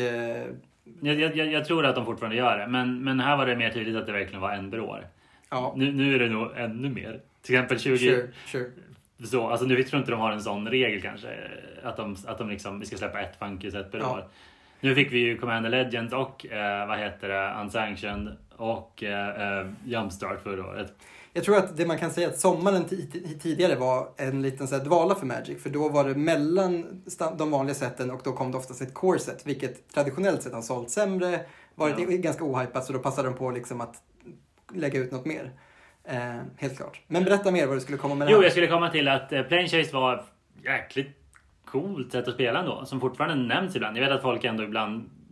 [SPEAKER 2] Jag tror att de fortfarande gör det. Men här var det mer tydligt att det verkligen var en per år. Ja. Nu är det nog ännu mer. Till exempel 20...
[SPEAKER 1] Sure.
[SPEAKER 2] Så, alltså nu tror inte de har en sån regel kanske. Att de liksom, vi ska släppa ett funky set per år. Nu fick vi ju Commander Legends och Unsanctioned och Jumpstart förra året.
[SPEAKER 1] Jag tror att det man kan säga att sommaren tidigare var en liten så här dvala för Magic. För då var det mellan de vanliga sätten och då kom det oftast ett core set. Vilket traditionellt sett har sålt sämre. Varit ganska ohypat, så då passade de på liksom att lägga ut något mer. Helt klart. Men berätta mer vad du skulle komma med det här.
[SPEAKER 2] Jo, jag skulle komma till att Plane Chase var jäkligt coolt sätt att spela ändå. Som fortfarande nämns ibland. Jag vet att folk ändå ibland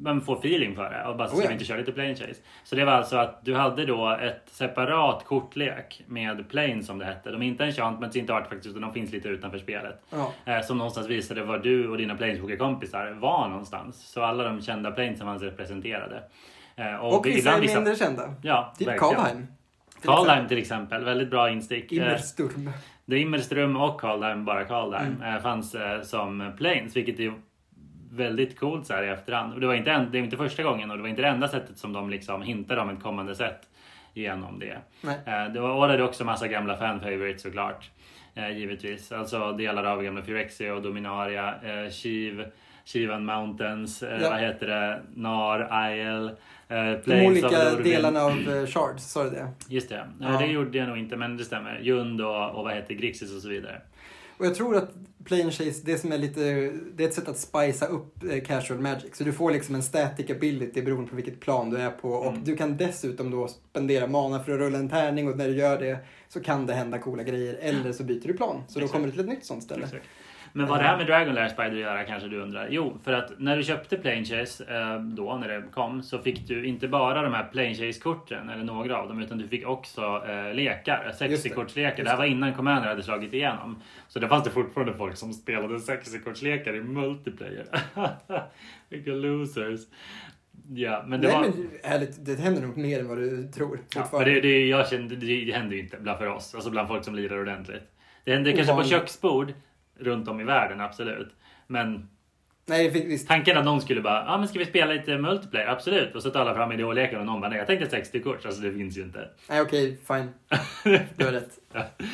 [SPEAKER 2] man får feeling för det och bara så inte köra lite plane chase. Så det var alltså att du hade då ett separat kortlek med plane som det hette. De är inte enchantments, inte artifacts, utan de finns lite utanför spelet. Som någonstans visade var du och dina planeswalker-kompisar var någonstans. Så alla de kända planes som fanns representerade.
[SPEAKER 1] Och vissa är mindre kända.
[SPEAKER 2] Ja,
[SPEAKER 1] typ Kaldheim.
[SPEAKER 2] Kaldheim till exempel, väldigt bra instick.
[SPEAKER 1] Immersturm.
[SPEAKER 2] Det Immersturm och Kaldheim, bara Kaldheim, fanns som planes, vilket är väldigt coolt så här i efterhand. Och det är inte första gången och det var inte det enda sättet som de liksom hintade om ett kommande sätt genom det. Det var också massa gamla fan-favorites såklart, givetvis. Alltså delar av gamla Phyrexia och Dominaria, Shivan Mountains, vad heter det? Nar, Isle,
[SPEAKER 1] de olika delarna av Shards, sa du det?
[SPEAKER 2] Just det. Det gjorde jag nog inte, men det stämmer. Jund och vad heter Grixis och så vidare.
[SPEAKER 1] Och jag tror att Plane Chase, det är ett sätt att spicea upp Casual Magic. Så du får liksom en static ability beroende på vilket plan du är på. Och du kan dessutom då spendera mana för att rulla en tärning. Och när du gör det så kan det hända coola grejer. Eller så byter du plan. Så då kommer du till ett nytt sånt ställe.
[SPEAKER 2] Exakt. Men vad det här med Dragon Lair Spider göra kanske du undrar? Jo, för att när du köpte Plane Chase då när det kom så fick du inte bara de här Plane Chase-korten eller några av dem, utan du fick också lekar, 60-kortslekar. Det här var innan Commander hade slagit igenom. Så det fanns det fortfarande folk som spelade 60-kortslekar i multiplayer. Vilka losers. Ja, men
[SPEAKER 1] det händer nog mer än vad du tror.
[SPEAKER 2] Ja, men jag kände, det händer ju inte för oss, alltså bland folk som lirar ordentligt. Det händer kanske på köksbord runt om i världen, absolut. Men
[SPEAKER 1] visst.
[SPEAKER 2] Tanken att någon skulle bara, men ska vi spela lite multiplayer? Absolut. Och så tar alla fram idéolekar och någon bara, nej, jag tänkte 60 kort, alltså det finns ju inte.
[SPEAKER 1] Nej, okej, fine. Du har rätt.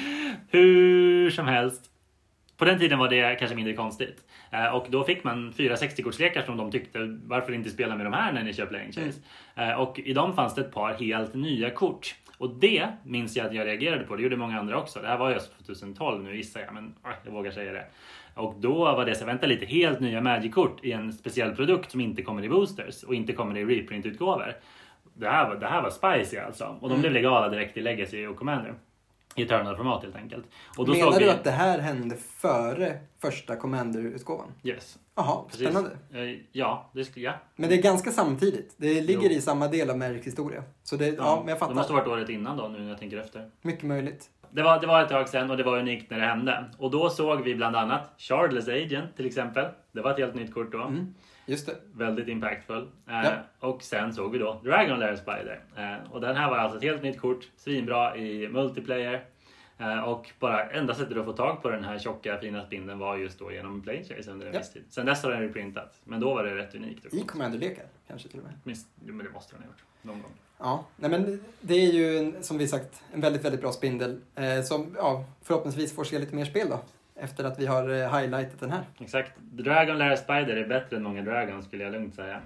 [SPEAKER 2] Hur som helst. På den tiden var det kanske mindre konstigt. Och då fick man 4 60-kortslekar som de tyckte, varför inte spela med de här när ni kör Plane Chase? Och i dem fanns det ett par helt nya kort. Och det minns jag att jag reagerade på. Det gjorde många andra också. Det här var ju 2012 nu gissar jag. Men jag vågar säga det. Och då var det så, vänta lite, helt nya Magic-kort i en speciell produkt som inte kommer i boosters. Och inte kommer i reprint-utgåvor. Det här var spicy alltså. Och de blev legala direkt i Legacy och Commander. I Eternal-format helt enkelt. Och då
[SPEAKER 1] menar du att det här hände före första Commander-utgåvan?
[SPEAKER 2] Yes.
[SPEAKER 1] Jaha, spännande.
[SPEAKER 2] Ja, det skulle jag.
[SPEAKER 1] Men det är ganska samtidigt. Det ligger i samma del av Magics historia. Så det, men jag fattar.
[SPEAKER 2] Det måste ha varit året innan då, nu när jag tänker efter.
[SPEAKER 1] Mycket möjligt.
[SPEAKER 2] Det var ett tag sedan och det var unikt när det hände. Och då såg vi bland annat Shardless Agent till exempel. Det var ett helt nytt kort då.
[SPEAKER 1] Just det.
[SPEAKER 2] Väldigt impactful. Och sen såg vi då Dragon Lair Spider. Och den här var alltså ett helt nytt kort. Svinbra i multiplayer. Och bara enda sättet att få tag på den här tjocka fina spindeln var just då genom Plane Chase under en viss tid. Sen dess har den reprintat. Men då var det rätt unikt.
[SPEAKER 1] I Commander-lekar kanske till och med.
[SPEAKER 2] Men det måste den ha gjort. Någon gång.
[SPEAKER 1] Ja, nej men det är ju som vi sagt en väldigt, väldigt bra spindel. Som förhoppningsvis får se lite mer spel då. Efter att vi har highlightat den här.
[SPEAKER 2] Exakt. Dragon Lair Spider är bättre än många Dragons skulle jag lugnt säga.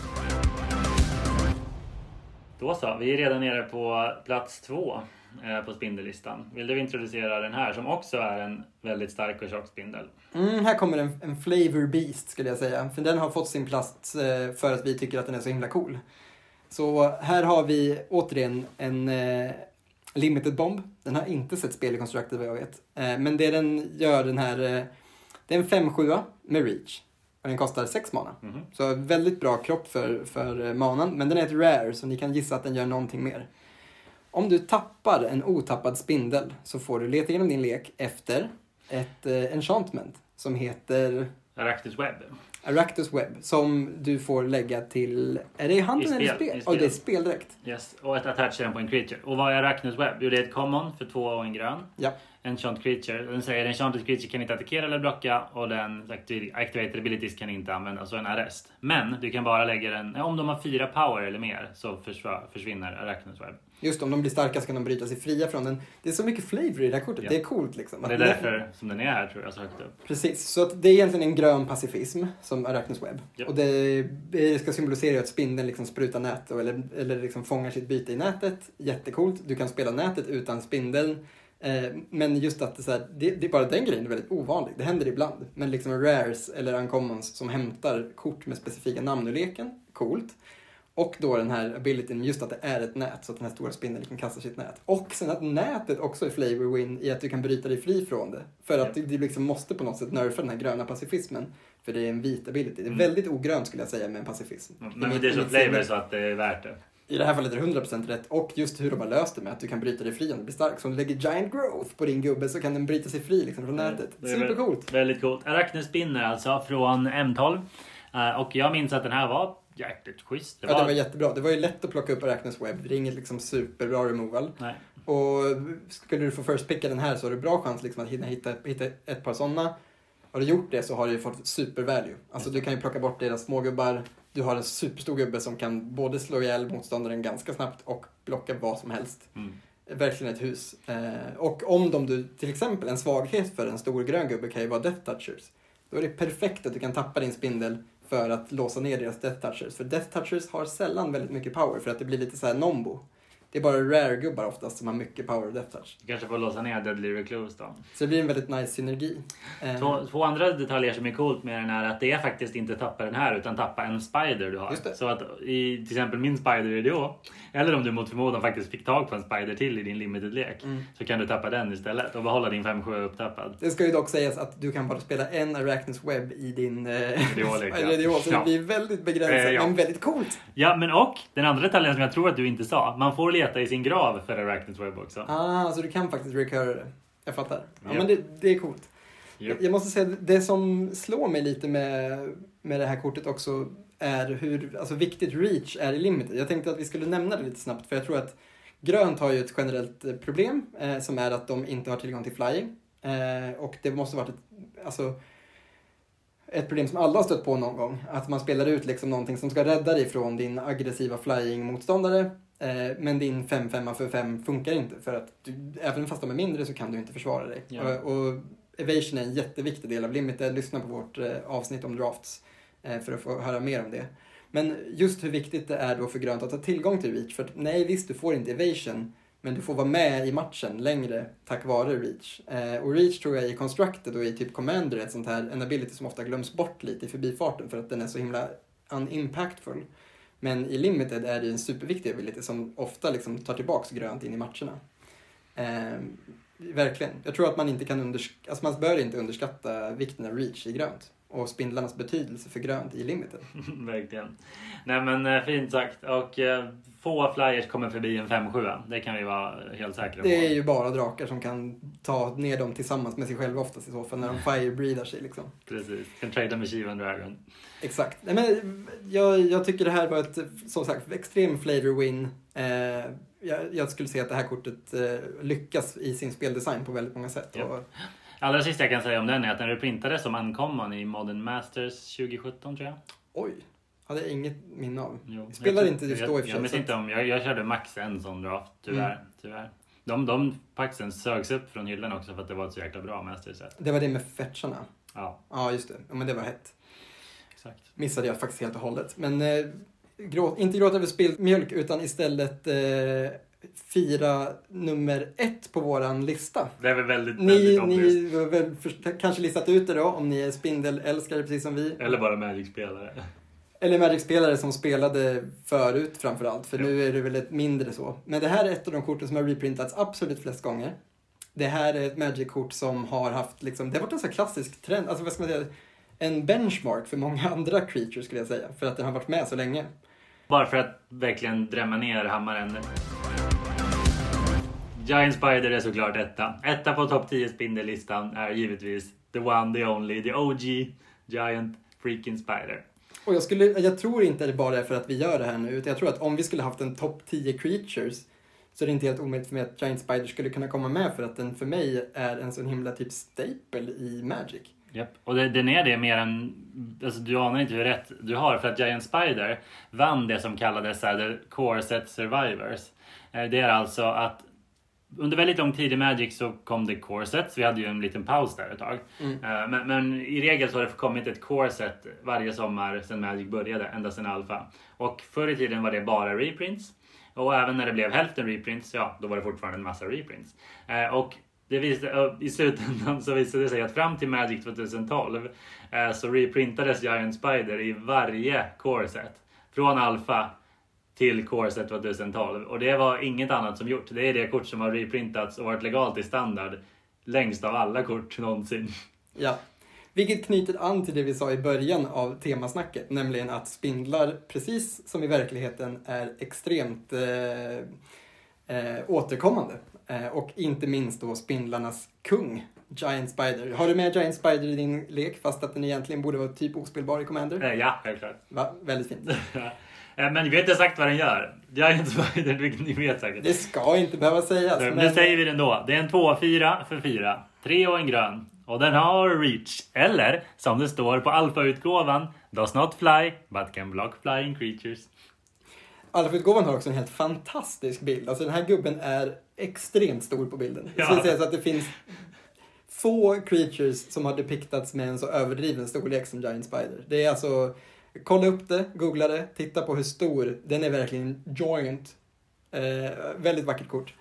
[SPEAKER 2] Då så, vi är redan nere på plats 2 på spindellistan. Vill du introducera den här som också är en väldigt stark och tjock spindel?
[SPEAKER 1] Här kommer en flavor beast skulle jag säga. För den har fått sin plats för att vi tycker att den är så himla cool. Så här har vi återigen en limited bomb. Den har inte sett spel i Constructed vad jag vet. Men det den gör den här, det är en 5/7 med reach. Och den kostar 6 mana. Så väldigt bra kropp för manan. Men den är ett rare så ni kan gissa att den gör någonting mer. Om du tappar en otappad spindel så får du leta igenom din lek efter ett enchantment som heter Arachnus Web som du får lägga till, är det i handen eller spel? Det är spel direkt.
[SPEAKER 2] Yes, och ett attacheren på en creature. Och vad är Arachnus Web? Jo, det är ett common för 2 och en grön.
[SPEAKER 1] Ja.
[SPEAKER 2] Enchant creature. Den säger enchanted creature kan inte attackera eller blocka och den activated abilities kan inte användas. Så en arrest. Men du kan bara lägga den, om de har 4 power eller mer så försvinner Arachnus Web.
[SPEAKER 1] Just om de blir starka så kan de bryta sig fria från den. Det är så mycket flavor i det här kortet. Ja. Det är coolt liksom.
[SPEAKER 2] Det är därför som den är här tror jag så högt upp.
[SPEAKER 1] Precis, så att det är egentligen en grön pacifism som Arachnus Web. Yep. Och det ska symbolisera att spindeln liksom sprutar nät eller liksom fångar sitt byte i nätet. Jättecoolt. Du kan spela nätet utan spindeln. Men just att det är bara den grejen är väldigt ovanlig. Det händer ibland. Men liksom rares eller uncommons som hämtar kort med specifika namn ur leken. Coolt. Och då den här abilityn just att det är ett nät så att den här stora spindeln kan kasta sitt nät. Och sen att nätet också är flavor win i att du kan bryta dig fri från det. För att du liksom måste på något sätt nerfa den här gröna pacifismen. För det är en vit ability. Det är väldigt ogrönt skulle jag säga med en pacifism.
[SPEAKER 2] Men det är så flavor så att det är värt det.
[SPEAKER 1] I det här fallet är det 100% rätt. Och just hur de har löst det med att du kan bryta dig fri om du blir stark. Så om du lägger giant growth på din gubbe så kan den bryta sig fri liksom från nätet. Supercoolt.
[SPEAKER 2] Väldigt coolt. Arachne Spinner alltså från M12. Och jag minns att den här var jäkligt schysst.
[SPEAKER 1] Det var jättebra. Det var ju lätt att plocka upp Arachnes Web. Det är inget liksom superbra removal.
[SPEAKER 2] Nej.
[SPEAKER 1] Och skulle du få first picka den här så har du bra chans liksom att hitta ett par sådana. Har du gjort det så har du ju fått super value. Alltså du kan ju plocka bort deras smågubbar. Du har en superstor gubbe som kan både slå ihjäl motståndaren ganska snabbt och blocka vad som helst. Verkligen ett hus. Och om du till exempel en svaghet för en stor grön gubbe kan ju vara Death Touchers. Då är det perfekt att du kan tappa din spindel för att låsa ner deras Death Touchers. För Death Touchers har sällan väldigt mycket power för att det blir lite så här nombo. Det är bara rare-gubbar oftast som har mycket power och Death Touch.
[SPEAKER 2] Du kanske får låsa ner Deadly Recluse då.
[SPEAKER 1] Så det blir en väldigt nice synergi.
[SPEAKER 2] Två andra detaljer som är coolt med den är att det är faktiskt inte tappa den här utan tappa en spider du har. Så att i till exempel min spider är då, eller om du mot förmodan faktiskt fick tag på en spider till i din limited-lek så kan du tappa den istället och behålla din 5-7 upptappad.
[SPEAKER 1] Det ska ju dock sägas att du kan bara spela en Arachnes Web i din
[SPEAKER 2] Radiolek.
[SPEAKER 1] Så det blir väldigt begränsat men väldigt coolt.
[SPEAKER 2] Ja, men och den andra detaljen som jag tror att du inte sa, man får leta i sin grav för Arachnes Web också.
[SPEAKER 1] Så du kan faktiskt recurra det. Jag fattar. Ja, men det är coolt. Jag måste säga, det som slår mig lite med det här kortet också är hur viktigt reach är i limited. Jag tänkte att vi skulle nämna det lite snabbt för jag tror att grönt har ju ett generellt problem som är att de inte har tillgång till flying. Och det måste varit ett problem som alla har stött på någon gång. Att man spelar ut liksom någonting som ska rädda dig från din aggressiva flying-motståndare. Men din 5-5 för 5 funkar inte. För att även fast de är mindre så kan du inte försvara dig. Ja. Och evasion är en jätteviktig del av limited. Lyssna på vårt avsnitt om drafts för att få höra mer om det. Men just hur viktigt det är då för grönt att ha tillgång till reach. För att, nej visst, du får inte evasion. Men du får vara med i matchen längre tack vare reach. Och reach tror jag i constructed och i typ commander är ett sånt här en ability som ofta glöms bort lite i förbifarten för att den är så himla unimpactful. Men i limited är det en superviktig ability som ofta liksom tar tillbaks grönt in i matcherna. Verkligen. Jag tror att man inte kan man bör inte underskatta vikten av reach i grönt. Och spindlarnas betydelse för grönt i limited.
[SPEAKER 2] Verkligen. Nej men fint sagt. Och få flyers kommer förbi en 5-7. Det kan vi vara helt säkra på.
[SPEAKER 1] Det är ju bara drakar som kan ta ner dem tillsammans med sig själva oftast i så fall när de firebreedar sig liksom.
[SPEAKER 2] Precis. Kan trada med Shivan Dragon.
[SPEAKER 1] Exakt. Nej, men jag tycker det här var ett som sagt extrem flavor win. Jag skulle säga att det här kortet lyckas i sin speldesign på väldigt många sätt.
[SPEAKER 2] Ja. Allra sista jag kan säga om den är att den reprintades som Uncommon i Modern Masters 2017 tror jag.
[SPEAKER 1] Oj, hade jag inget minne av. Jag spelade inte just då i och för sig.
[SPEAKER 2] Jag körde max en sån draft, tyvärr. De paxen sögs upp från hyllan också för att det var ett så jäkla bra mästersätt.
[SPEAKER 1] Det var det med fetcharna.
[SPEAKER 2] Ja,
[SPEAKER 1] just det. Ja, men det var hett.
[SPEAKER 2] Exakt.
[SPEAKER 1] Missade jag faktiskt helt och hållet. Men inte gråta över spilld mjölk utan istället fira nummer 1 på våran lista.
[SPEAKER 2] Det är väl väldigt
[SPEAKER 1] ni har väl kanske listat ut det då om ni är spindelälskare precis som vi.
[SPEAKER 2] Eller bara Magic-spelare.
[SPEAKER 1] Eller Magic-spelare som spelade förut framförallt. För nu är det väl ett mindre så. Men det här är ett av de korten som har reprintats absolut flest gånger. Det här är ett Magic-kort som har haft liksom, det har varit en så klassisk trend. Alltså vad ska man säga? En benchmark för många andra creatures skulle jag säga. För att den har varit med så länge.
[SPEAKER 2] Bara för att verkligen drämma ner hammaren. Giant Spider är såklart etta på topp 10 spindellistan är givetvis the one, the only, the OG Giant freaking Spider.
[SPEAKER 1] Och jag tror inte det bara är för att vi gör det här nu. Utan jag tror att om vi skulle haft en topp 10 creatures så är det inte helt omöjligt för mig att Giant Spider skulle kunna komma med. För att den för mig är en sån himla typ staple i Magic.
[SPEAKER 2] Yep. Och den är det mer än, alltså du anar inte hur rätt du har för att Giant Spider vann det som kallades the Core Set Survivors. Det är alltså att under väldigt lång tid i Magic så kom det Core Set, så vi hade ju en liten paus där ett tag. Men i regel så har det kommit ett Core Set varje sommar sedan Magic började, ända sedan Alpha. Och förr i tiden var det bara reprints. Och även när det blev hälften reprints, då var det fortfarande en massa reprints. Och i slutändan så visade det sig att fram till Magic 2012 så reprintades Giant Spider i varje core set. Från Alpha till Core Set 2012. Och det var inget annat som gjort. Det är det kort som har reprintats och varit legalt i standard längst av alla kort någonsin.
[SPEAKER 1] Ja, vilket knyter an till det vi sa i början av temasnacket. Nämligen att spindlar, precis som i verkligheten, är extremt återkommande. Och inte minst då spindlarnas kung, Giant Spider. Har du med Giant Spider i din lek fast att den egentligen borde vara typ ospelbar i Commander?
[SPEAKER 2] Ja, självklart.
[SPEAKER 1] Va? Väldigt fint.
[SPEAKER 2] Men vi vet inte sagt vad den gör. Giant Spider, ni vet säkert.
[SPEAKER 1] Det ska inte behöva sägas.
[SPEAKER 2] Men det säger vi den då. Det är en 2/4 för 4. 3 och en grön. Och den har reach. Eller, som det står på alfa-utgåvan, does not fly, but can block flying creatures.
[SPEAKER 1] Alfa-utgåvan har också en helt fantastisk bild. Alltså den här gubben är extremt stor på bilden. Ja. Så att det finns få creatures som har depiktats med en så överdriven storlek som Giant Spider. Det är alltså, kolla upp det, googla det, titta på hur stor. Den är verkligen giant. Väldigt vackert kort.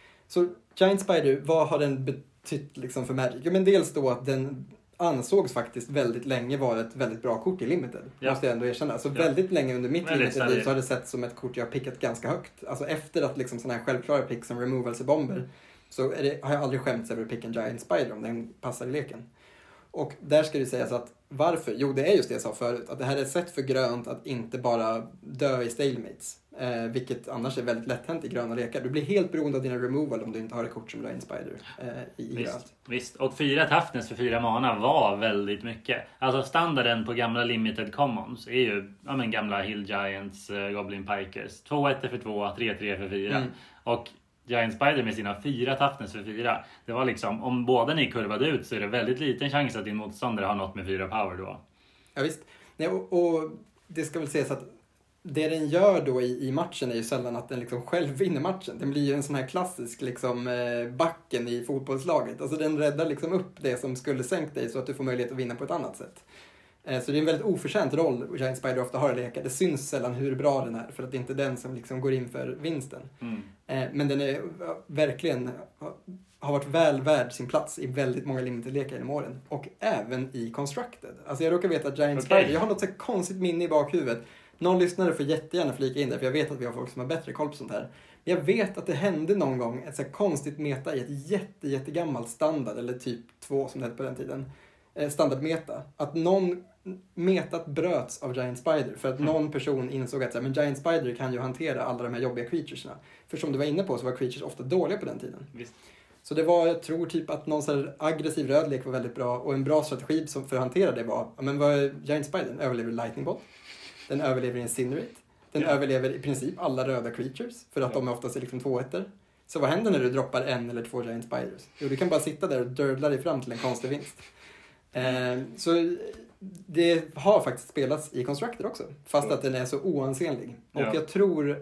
[SPEAKER 1] Så Giant Spider, vad har den betytt liksom för Magic? Ja, men dels då att den ansågs faktiskt väldigt länge vara ett väldigt bra kort i Limited. Ja. Måste jag ändå erkänna. Alltså väldigt länge under mitt Limited-liv så har det sett som ett kort jag har pickat ganska högt. Alltså efter att liksom sådana här självklara pick som Removals och Bomber så har jag aldrig skämts över att picka en Giant Spider om den passar i leken. Och där ska det sägas att varför? Jo, det är just det jag sa förut. Att det här är ett sätt för grönt att inte bara dö i stalemates. Vilket annars är väldigt lätt hänt i gröna lekar. Du blir helt beroende av dina removal om du inte har ett kort som Giant Spider i grönt.
[SPEAKER 2] Visst, och 4 toughness för 4 mana var väldigt mycket. Alltså standarden på gamla limited commons är ju gamla Hill Giants, Goblin Pikers. 2/1 för 2, 3/3 för 4. Och Giant Spider med sina 4 toughness för 4. Det var liksom, om båda ni kurvade ut så är det väldigt liten chans att din motståndare har något med 4 power då.
[SPEAKER 1] Ja visst. Nej, och det ska väl sägas att det den gör då i matchen är ju sällan att den liksom själv vinner matchen. Den blir ju en sån här klassisk liksom backen i fotbollslaget. Alltså den räddar liksom upp det som skulle sänkt dig så att du får möjlighet att vinna på ett annat sätt. Så det är en väldigt oförtjänt roll Giant Spider ofta har i lekar. Det syns sällan hur bra den är för att det är inte den som liksom går in för vinsten. Men den är verkligen har varit väl värd sin plats i väldigt många limited-lekar genom åren. Och även i Constructed. Alltså jag råkar veta att Giant Spider, jag har något så konstigt minne i bakhuvudet. Någon lyssnare får jättegärna flika in där, för jag vet att vi har folk som har bättre koll på sånt här. Men jag vet att det hände någon gång ett så här konstigt meta i ett jättegammalt standard, eller typ 2 som det hette på den tiden. Standardmeta. Att någon metat bröts av Giant Spider för att någon person insåg att men Giant Spider kan ju hantera alla de här jobbiga creaturesna. För som du var inne på så var creatures ofta dåliga på den tiden.
[SPEAKER 2] Visst.
[SPEAKER 1] Så det var, jag tror typ att någon så här aggressiv rödlek var väldigt bra, och en bra strategi för att hantera det var, men vad Giant Spider? Den överlever Lightning Bolt. Den överlever Incinerate. Den överlever i princip alla röda creatures, för att de är oftast liksom 2/1. Så vad händer när du droppar 1 eller 2 Giant Spiders? Jo, du kan bara sitta där och dödla dig fram till en konstig vinst. Så det har faktiskt spelats i Constructed också, fast att den är så oansenlig. Och jag tror,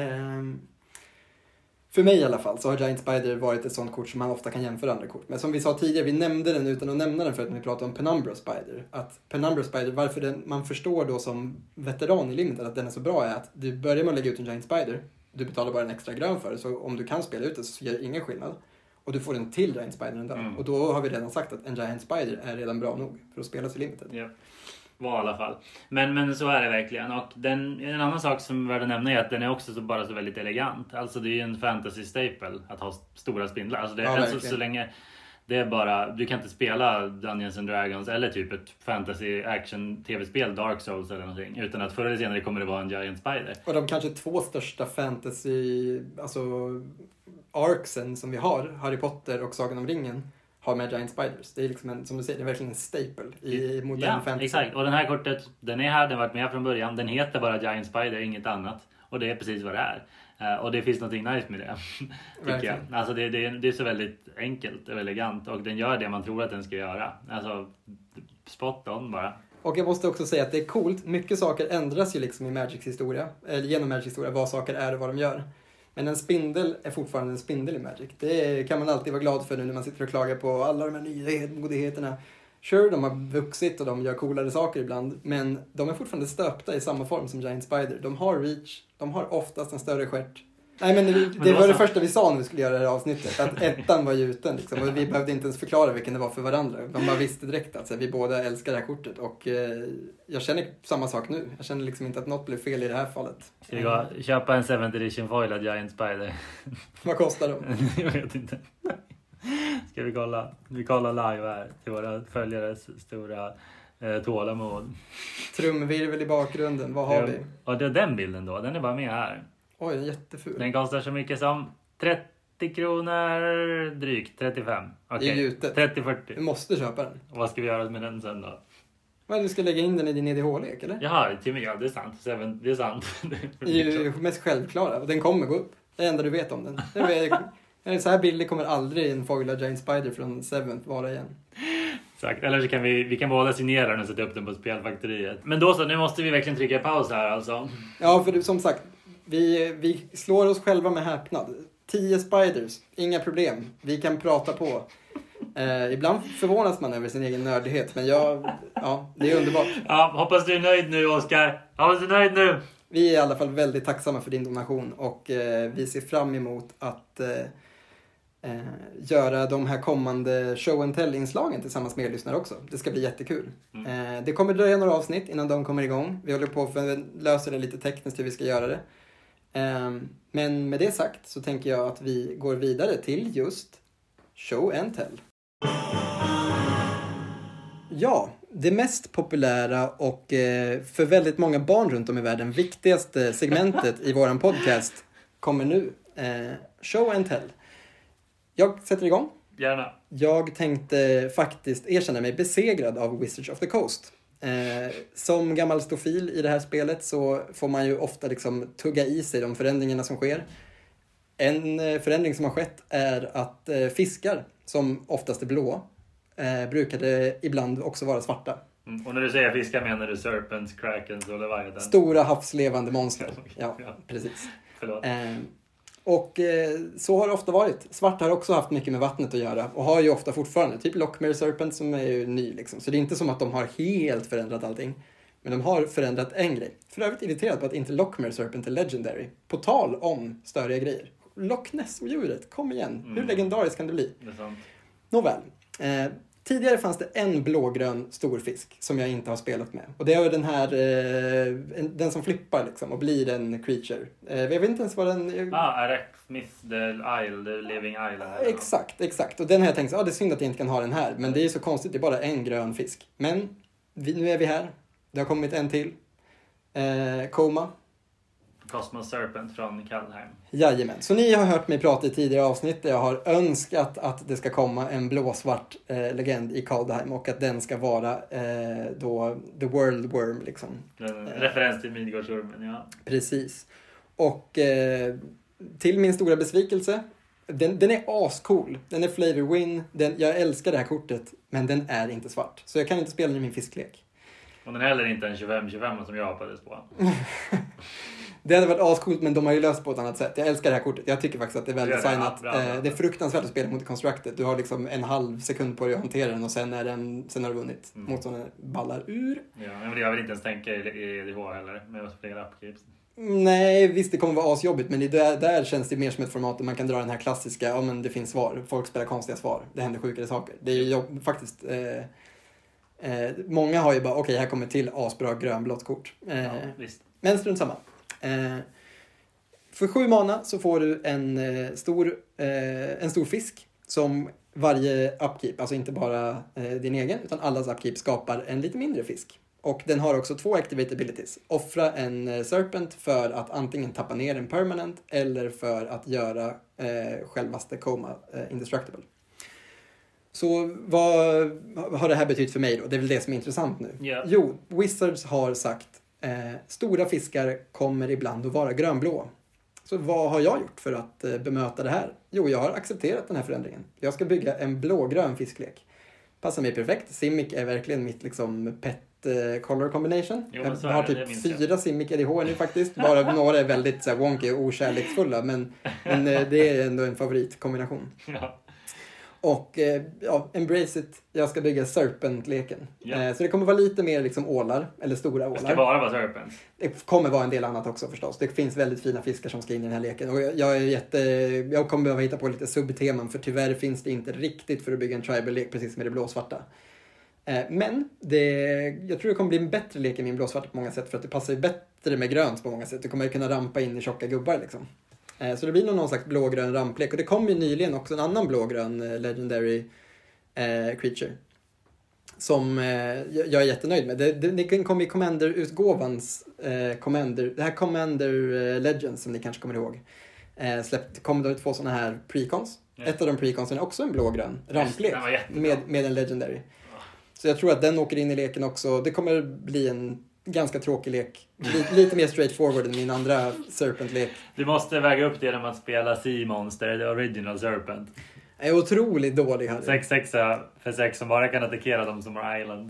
[SPEAKER 1] för mig i alla fall, så har Giant Spider varit ett sånt kort som man ofta kan jämföra andra kort. Men som vi sa tidigare, vi nämnde den utan att nämna den för att vi pratade om Penumbra Spider. Att Penumbra Spider, varför man förstår då som veteran i Limited att den är så bra, är att du börjar med att lägga ut en Giant Spider. Du betalar bara en extra grön för det, så om du kan spela ut det så gör det ingen skillnad. Och du får en till Giant Spider ändå. Och då har vi redan sagt att en Giant Spider är redan bra nog för att spelas i Limited.
[SPEAKER 2] Ja, var i alla fall. Men så är det verkligen. Och en annan sak som är värd att nämna är att den är också bara så väldigt elegant. Alltså det är ju en fantasy staple att ha stora spindlar. Alltså det är så länge det är bara, du kan inte spela Dungeons and Dragons eller typ ett fantasy action tv-spel, Dark Souls eller någonting, utan att förr eller senare kommer det vara en Giant Spider. Och
[SPEAKER 1] de kanske 2 största fantasy, alltså arcsen som vi har, Harry Potter och Sagan om ringen, har med Giant Spiders. Det är liksom som du säger, det är verkligen en staple i modern fantasy.
[SPEAKER 2] Exakt. Och den här kortet, den är här, den har varit med från början. Den heter bara Giant Spider, inget annat. Och det är precis vad det är. Och det finns något nice med det, tycker jag. Alltså det är så väldigt enkelt och elegant. Och den gör det man tror att den ska göra. Alltså, spot on bara.
[SPEAKER 1] Och jag måste också säga att det är coolt. Mycket saker ändras ju liksom i Magics historia. Eller genom Magics historia, vad saker är och vad de gör. Men en spindel är fortfarande en spindel i Magic. Det kan man alltid vara glad för nu när man sitter och klagar på alla de här nymodigheterna. Sure, de har vuxit och de gör coolare saker ibland. Men de är fortfarande stöpta i samma form som Giant Spider. De har reach, de har oftast en större stjärt. Nej, men det var det första vi sa när vi skulle göra det här avsnittet. Att ettan var gjuten liksom. Och vi behövde inte ens förklara vilken det var för varandra. Man bara visste direkt att vi båda älskar det här kortet. Och jag känner samma sak nu. Jag känner liksom inte att något blev fel i det här fallet.
[SPEAKER 2] Ska vi köpa en 7th edition foilad Giant Spider?
[SPEAKER 1] Vad kostar de?
[SPEAKER 2] Jag vet inte. Ska vi kolla? Vi kollar live här till våra följares stora tålamod.
[SPEAKER 1] Trumvirvel i bakgrunden. Vad har vi?
[SPEAKER 2] Och det är den bilden då. Den är bara med här.
[SPEAKER 1] Oj, den är jätteful.
[SPEAKER 2] Den kostar så mycket som 30 kronor drygt. 35.
[SPEAKER 1] Okay. I gjutet.
[SPEAKER 2] 30-40.
[SPEAKER 1] Du måste köpa den.
[SPEAKER 2] Och vad ska vi göra med den sen då?
[SPEAKER 1] Vad, du ska lägga in den i din EDH-lek, eller?
[SPEAKER 2] Jaha, det är sant. Det är sant.
[SPEAKER 1] Det är ju mest självklara. Och den kommer gå upp. Det är enda du vet om den. Så här billig kommer aldrig en foilad Giant Spider från 7th vara igen.
[SPEAKER 2] Exakt. Eller så kan vi kan båda signera den och sätta upp den på spelfaktoriet. Men då så, nu måste vi verkligen trycka paus här alltså.
[SPEAKER 1] Ja, för som sagt, vi slår oss själva med häpnad. 10 spiders, inga problem. Vi kan prata på. Ibland förvånas man över sin egen nördighet, men det är underbart.
[SPEAKER 2] Ja, hoppas du är nöjd nu, Oskar. Hoppas du är nöjd nu.
[SPEAKER 1] Vi är i alla fall väldigt tacksamma för din donation och vi ser fram emot att göra de här kommande show and tell-inslagen tillsammans med er lyssnare också. Det ska bli jättekul. Det kommer dröja några avsnitt innan de kommer igång. Vi håller på att lösa det lite tekniskt hur vi ska göra det. Men med det sagt så tänker jag att vi går vidare till just show and tell. Ja, det mest populära och för väldigt många barn runt om i världen viktigaste segmentet i våran podcast kommer nu. Show and tell. Jag sätter igång.
[SPEAKER 2] Gärna.
[SPEAKER 1] Jag tänkte faktiskt erkänna mig besegrad av Wizards of the Coast. Som gammal stofil i det här spelet så får man ju ofta liksom tugga i sig de förändringarna som sker. En förändring som har skett är att fiskar, som oftast är blå, brukade ibland också vara svarta.
[SPEAKER 2] Och när du säger fiskar menar du serpents, krakens och leviathan?
[SPEAKER 1] Stora havslevande monster. Ja, precis.
[SPEAKER 2] Förlåt.
[SPEAKER 1] Och så har det ofta varit. Svart har också haft mycket med vattnet att göra. Och har ju ofta fortfarande. Typ Lockmere Serpent som är ju ny liksom. Så det är inte som att de har helt förändrat allting. Men de har förändrat en grej. För övrigt irriterat på att inte Lockmere Serpent är legendary. På tal om störiga grejer. Loch Ness-djuret, kom igen. Hur legendarisk kan det bli?
[SPEAKER 2] Det är sant.
[SPEAKER 1] Nåväl. Tidigare fanns det en blågrön storfisk som jag inte har spelat med. Och det är den här, den som flippar liksom och blir en creature. Jag vet inte ens vad den...
[SPEAKER 2] Arachmith, the living isle.
[SPEAKER 1] Exakt. Och den har jag tänkt, det är synd att jag inte kan ha den här. Men det är så konstigt, det är bara en grön fisk. Men nu är vi här. Det har kommit en till. Koma.
[SPEAKER 2] Cosmos Serpent från Kaldheim.
[SPEAKER 1] Jajamän. Så ni har hört mig prata i tidigare avsnitt där jag har önskat att det ska komma en blåsvart legend i Kaldheim och att den ska vara då The World Worm liksom.
[SPEAKER 2] Referens till Midgårdsormen, ja.
[SPEAKER 1] Precis. Och till min stora besvikelse, den är ascool. Den är flavor win. Jag älskar det här kortet, men den är inte svart. Så jag kan inte spela den i min fisklek.
[SPEAKER 2] Och den är heller inte en 25-25 som jag hoppades på.
[SPEAKER 1] Det hade varit ascoolt, men de har ju löst på ett annat sätt. Jag älskar det här kortet. Jag tycker faktiskt att det är väl designat. Det är fruktansvärt att spela mot Constructed. Du har liksom en halv sekund på dig att hantera den och sen har du vunnit. Motståndaren ballar ur.
[SPEAKER 2] Ja, men jag vill inte ens tänka i EDH heller. Med flera upkeeps.
[SPEAKER 1] Nej, visst det kommer vara asjobbigt. Men där känns det mer som ett format där man kan dra den här klassiska. Men det finns svar. Folk spelar konstiga svar. Det händer sjukare saker. Det är ju faktiskt... många har ju bara, okej, här kommer till asbra grönblått kort.
[SPEAKER 2] Visst.
[SPEAKER 1] Men strunt samma. För 7 mana så får du en stor fisk som varje upkeep, alltså inte bara din egen utan allas upkeep, skapar en lite mindre fisk. Och den har också 2 activate abilities. Offra en serpent för att antingen tappa ner en permanent eller för att göra självaste Koma indestructible. Så vad har det här betytt för mig då? Det är väl det som är intressant nu.
[SPEAKER 2] Yeah.
[SPEAKER 1] Jo, Wizards har sagt stora fiskar kommer ibland att vara grönblå. Så vad har jag gjort för att bemöta det här? Jo, jag har accepterat den här förändringen. Jag ska bygga en blågrön fisklek. Passar mig perfekt. Simic är verkligen mitt liksom pet color combination.
[SPEAKER 2] Jo,
[SPEAKER 1] jag har typ 4 Simic EDH nu faktiskt. Bara några är väldigt wonky och okärleksfulla. Men det är ändå en favoritkombination.
[SPEAKER 2] Ja.
[SPEAKER 1] Och embrace it, jag ska bygga Serpent-leken. Så det kommer vara lite mer liksom ålar, eller stora ålar.
[SPEAKER 2] Det ska bara vara Serpent.
[SPEAKER 1] Det kommer vara en del annat också förstås. Det finns väldigt fina fiskar som ska in i den här leken. Och jag kommer behöva hitta på lite subteman, för tyvärr finns det inte riktigt för att bygga en tribal-lek precis som med det blåsvarta. Men jag tror det kommer bli en bättre lek än min blåsvarta på många sätt, för att det passar ju bättre med grönt på många sätt. Du kommer kunna rampa in i tjocka gubbar liksom. Så det blir någon slags blågrön ramplek. Och det kom ju nyligen också en annan blågrön legendary creature som jag är jättenöjd med. Det kom i Commander-utgåvans det här Commander Legends som ni kanske kommer ihåg. Kom då 2 sådana här precons. Ett av de preconsen är också en blågrön ramplek med en legendary. Så jag tror att den åker in i leken också. Det kommer bli en ganska tråkig lek. Lite mer straightforward än min andra Serpent-lek.
[SPEAKER 2] Du måste väga upp det genom att spela Sea Monster, the original Serpent.
[SPEAKER 1] Jag är otroligt dålig här.
[SPEAKER 2] 6-6 för 6 som bara kan attackera dem som har islands.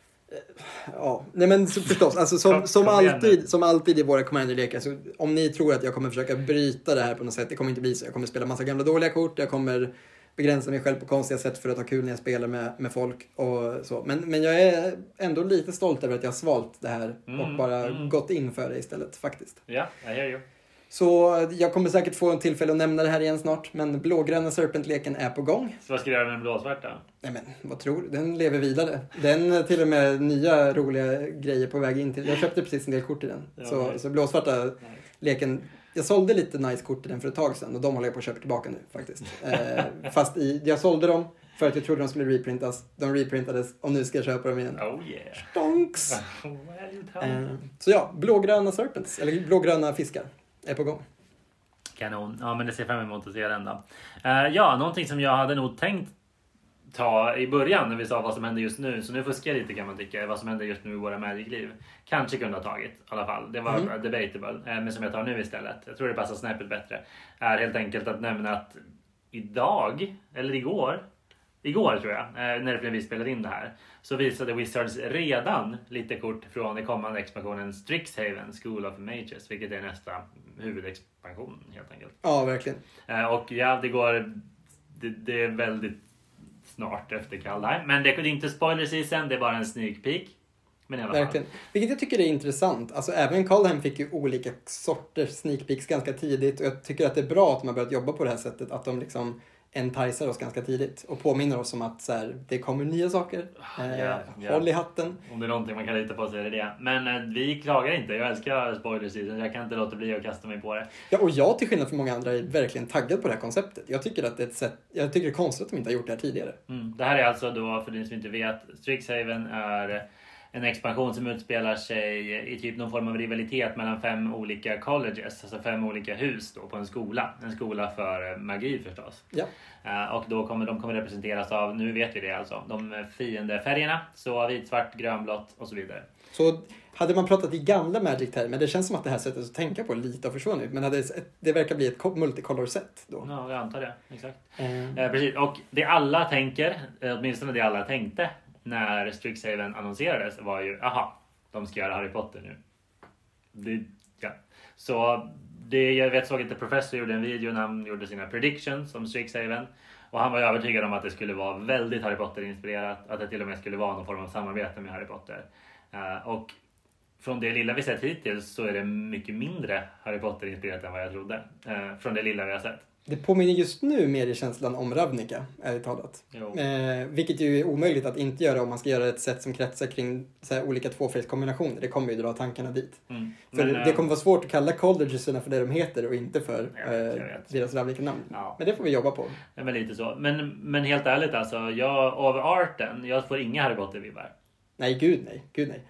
[SPEAKER 1] Ja, nej men förstås. Alltså som alltid i våra Commander-lekar. Så om ni tror att jag kommer försöka bryta det här på något sätt, det kommer inte bli så. Jag kommer spela massa gamla dåliga kort. Jag kommer begränsa mig själv på konstiga sätt för att ha kul när jag spelar med folk och så. Men jag är ändå lite stolt över att jag har svalt det här och bara gått in för det istället faktiskt.
[SPEAKER 2] Ja, jag hör ju.
[SPEAKER 1] Så jag kommer säkert få en tillfälle att nämna det här igen snart, men blågröna Serpent-leken är på gång.
[SPEAKER 2] Så vad ska du göra med den blåsvarta?
[SPEAKER 1] Nej men, vad tror du? Den lever vidare. Den till och med nya roliga grejer på väg in till. Jag köpte precis en del kort i den. Ja, så blåsvarta leken. Jag sålde lite nice kort i den för ett tag sedan och de håller jag på att köpa tillbaka nu faktiskt. Fast jag sålde dem för att jag trodde de skulle reprintas. De reprintades och nu ska jag köpa dem igen.
[SPEAKER 2] Oh yeah.
[SPEAKER 1] Stonks! Så ja, blågröna Serpents, eller blågröna fiskar är på gång.
[SPEAKER 2] Kanon. Ja, men det ser fram emot att se den då. Någonting som jag hade nog tänkt ta i början när vi sa vad som händer just nu. Så nu fuskar jag lite kan man tycka. Vad som händer just nu i våra Magic-liv. Kanske kunde ha tagit i alla fall. Det var debatable. Men som jag tar nu istället. Jag tror det passar snäppet bättre. Är helt enkelt att nämna att idag, eller igår tror jag, när vi spelade in det här, så visade Wizards redan lite kort från den kommande expansionen Strixhaven, School of Mages, vilket är nästa huvudexpansion helt enkelt.
[SPEAKER 1] Ja, verkligen.
[SPEAKER 2] Och ja, det är väldigt snart efter Kaldheim, men det är inte spoiler season, det är bara en sneak peek. Men i alla fall.
[SPEAKER 1] Verkligen. Vilket jag tycker är intressant. Alltså även Kaldheim fick ju olika sorters sneak peeks ganska tidigt, och jag tycker att det är bra att man börjat jobba på det här sättet, att de liksom enticar oss ganska tidigt och påminner oss om att så här, det kommer nya saker. Håll i hatten.
[SPEAKER 2] Om det är någonting man kan lita på så är det. Men vi klagar inte. Jag älskar spoiler season. Jag kan inte låta bli att kasta mig på det.
[SPEAKER 1] Ja, och jag till skillnad från många andra är verkligen taggad på det här konceptet. Jag tycker att det är konstigt att de inte har gjort det här tidigare.
[SPEAKER 2] Det här är alltså då, för de som inte vet, Strixhaven är en expansion som utspelar sig i typ någon form av rivalitet mellan 5 olika colleges, alltså 5 olika hus då på en skola. En skola för magi förstås. Ja. Och då kommer de representeras av, nu vet vi det alltså, de fiendefärgerna, så vit, svart, grönblått och så vidare. Så
[SPEAKER 1] hade man pratat i gamla Magic-termer, det känns som att det här sättet att tänka på lite har försvunnit, men det verkar bli ett multicolor-set då.
[SPEAKER 2] Ja, jag antar det, exakt. Precis, och det alla tänker, åtminstone det alla tänkte när Strixhaven annonserades var ju, de ska göra Harry Potter nu. Så jag såg att The Professor gjorde en video när han gjorde sina predictions om Strixhaven. Och han var övertygad om att det skulle vara väldigt Harry Potter-inspirerat. Att det till och med skulle vara någon form av samarbete med Harry Potter. Och från det lilla vi sett hittills så är det mycket mindre Harry Potter-inspirerat än vad jag trodde. Från det lilla vi har sett.
[SPEAKER 1] Det påminner just nu mer i känslan om Ravnica, ärligt talat. Vilket ju är omöjligt att inte göra om man ska göra ett sätt som kretsar kring så här olika tvåfärgskombinationer. Det kommer ju dra tankarna dit. För det kommer vara svårt att kalla collegesarna för det de heter och inte för deras Ravnica-namn. Ja. Men det får vi jobba på.
[SPEAKER 2] Ja, men lite så. Men helt ärligt alltså, av arten, jag får inga Harry Potter-vibbar.
[SPEAKER 1] Nej, gud nej.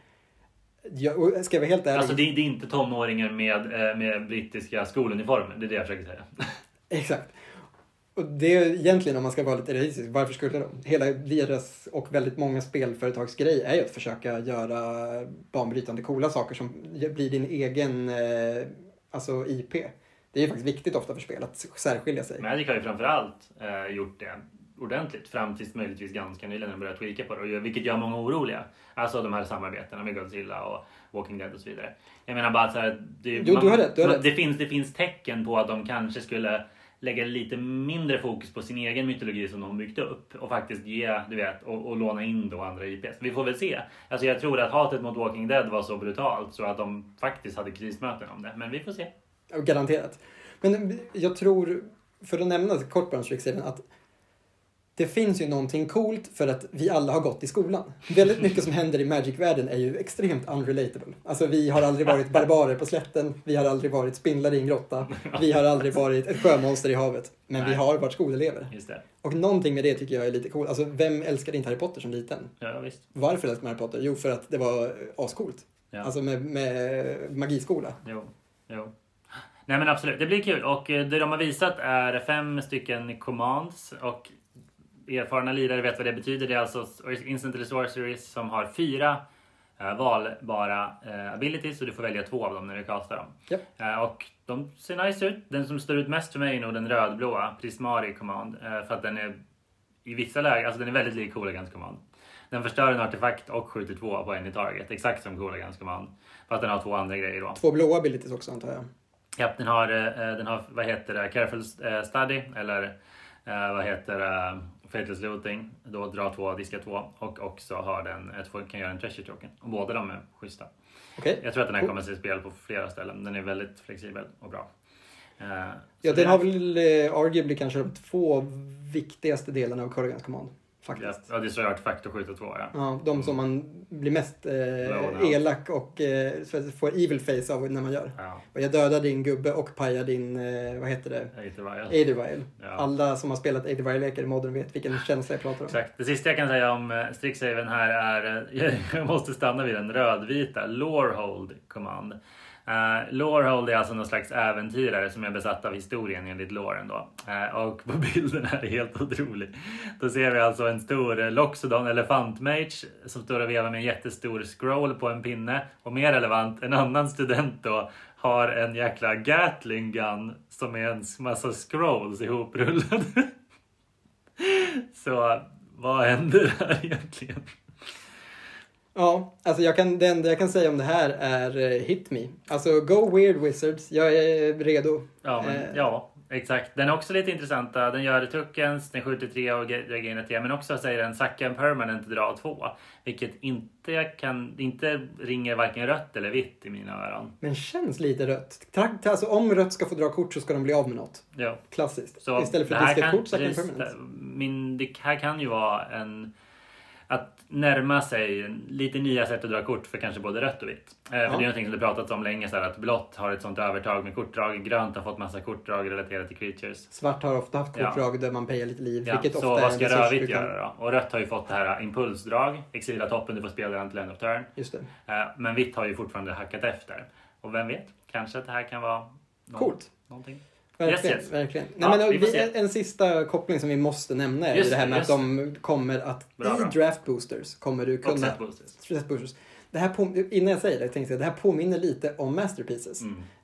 [SPEAKER 1] Jag ska vara helt ärlig.
[SPEAKER 2] Alltså det är inte tonåringar med brittiska skoluniformer, det är det jag försöker säga.
[SPEAKER 1] Exakt. Och det är egentligen, om man ska vara lite realistisk, varför skulle de? Hela deras och väldigt många spelföretags grej är ju att försöka göra banbrytande coola saker som blir din egen alltså IP. Det är ju faktiskt viktigt ofta för spel att särskilja sig.
[SPEAKER 2] Magic har ju framförallt gjort det ordentligt fram tills möjligtvis ganska nyligen när de började tweaka på det, vilket gör många oroliga. Alltså de här samarbetena med Godzilla och Walking Dead och så vidare. Jag menar bara så här,
[SPEAKER 1] du har rätt.
[SPEAKER 2] Det finns tecken på att de kanske skulle lägga lite mindre fokus på sin egen mytologi som de byggt upp och faktiskt ge, du vet, och låna in då andra IPs. Vi får väl se. Alltså jag tror att hatet mot Walking Dead var så brutalt så att de faktiskt hade krismöten om det. Men vi får se.
[SPEAKER 1] Garanterat. Men jag tror, för att nämna kort på Strixhaven, att det finns ju någonting coolt för att vi alla har gått i skolan. Väldigt mycket som händer i Magic-världen är ju extremt unrelatable. Alltså vi har aldrig varit barbarer på slätten, vi har aldrig varit spindlar i en grotta, vi har aldrig varit ett sjömonster i havet. Men vi har varit skolelever.
[SPEAKER 2] Just det.
[SPEAKER 1] Och någonting med det tycker jag är lite coolt. Alltså vem älskade inte Harry Potter som liten?
[SPEAKER 2] Ja, visst.
[SPEAKER 1] Varför älskade man Harry Potter? Jo, för att det var ascoolt. Ja. Alltså med magiskola.
[SPEAKER 2] Jo. Nej men absolut, det blir kul. Och det de har visat är 5 stycken commands och erfarna lirare vet vad det betyder. Det är alltså Instant Sorceries som har 4 valbara abilities och du får välja 2 av dem när du kastar dem.
[SPEAKER 1] Yep.
[SPEAKER 2] Och de ser nice ut. Den som står ut mest för mig är nog den rödblåa Prismari command. För att den är i vissa lägen, alltså den är väldigt lik Kolagans command. Den förstör en artefakt och skjuter 2 på en i target. Exakt som Kolagans command. Fast den har 2 andra grejer då.
[SPEAKER 1] 2 blåa abilities också antar jag.
[SPEAKER 2] Ja, den har vad heter det? Careful study eller vad heter det? Faithless looting. Då dra 2, diska 2 och också har den kan göra en treasure token. Och båda de är schyssta.
[SPEAKER 1] Okay.
[SPEAKER 2] Jag tror att den här kommer att se spel på flera ställen. Den är väldigt flexibel och bra.
[SPEAKER 1] Ja, den har väl arguably kanske de 2 viktigaste delarna av Kolagans command. Faktiskt.
[SPEAKER 2] Ja, det är så artefakt och skjuta 2, ja.
[SPEAKER 1] Ja, de som man blir mest elak och får evil face av när man gör.
[SPEAKER 2] Ja.
[SPEAKER 1] Och jag dödar din gubbe och pajar din, vad heter det? Aethervial. Ja. Alla som har spelat Aethervial-lekar i modern vet vilken känsla jag pratar om.
[SPEAKER 2] Exakt. Det sista jag kan säga om Strixhaven här är, jag måste stanna vid den rödvita Lorehold command. Lorehold är alltså någon slags äventyrare som är besatt av historien enligt loren då. Och på bilden här är helt otrolig. Då ser vi alltså en stor Loxodon elefantmage som står och vevar med en jättestor scroll på en pinne. Och mer relevant, en annan student då har en jäkla Gatling gun som är en massa scrolls ihoprullade. Så vad händer här egentligen?
[SPEAKER 1] Ja, alltså det enda jag kan säga om det här är hit me. Alltså go weird wizards, jag är redo.
[SPEAKER 2] Ja, ja, exakt. Den är också lite intressant. Den gör tokens, den skjuter 3 och regenerar 3. Men också säger den sacka en permanent dra 2. Vilket inte ringer varken rött eller vitt i mina öron.
[SPEAKER 1] Men känns lite rött. Alltså om rött ska få dra kort så ska de bli av med något.
[SPEAKER 2] Ja.
[SPEAKER 1] Klassiskt.
[SPEAKER 2] Så
[SPEAKER 1] istället för att diska ett kort sacka en permanent.
[SPEAKER 2] Det här kan ju vara att närma sig lite nya sätt att dra kort för kanske både rött och vitt. För det är någonting som det pratats om länge så här, att blått har ett sånt övertag med kortdrag, grönt har fått massa kortdrag relaterat till creatures.
[SPEAKER 1] Svart har ofta haft kortdrag där man payar lite liv.
[SPEAKER 2] Ja,
[SPEAKER 1] vilket
[SPEAKER 2] så
[SPEAKER 1] ofta
[SPEAKER 2] vad ska rödvitt göra då? Och rött har ju fått det här impulsdrag, exila toppen, du får spela den till end of turn.
[SPEAKER 1] Just det.
[SPEAKER 2] Men vitt har ju fortfarande hackat efter. Och vem vet, kanske att det här kan vara någonting.
[SPEAKER 1] Verkligen,
[SPEAKER 2] yes.
[SPEAKER 1] Verkligen. Nej, men en sista koppling som vi måste nämna är det här med att de kommer att i draft boosters kommer du kunna set boosters. Det här innan jag säger det tänkte jag det här påminner lite om masterpieces.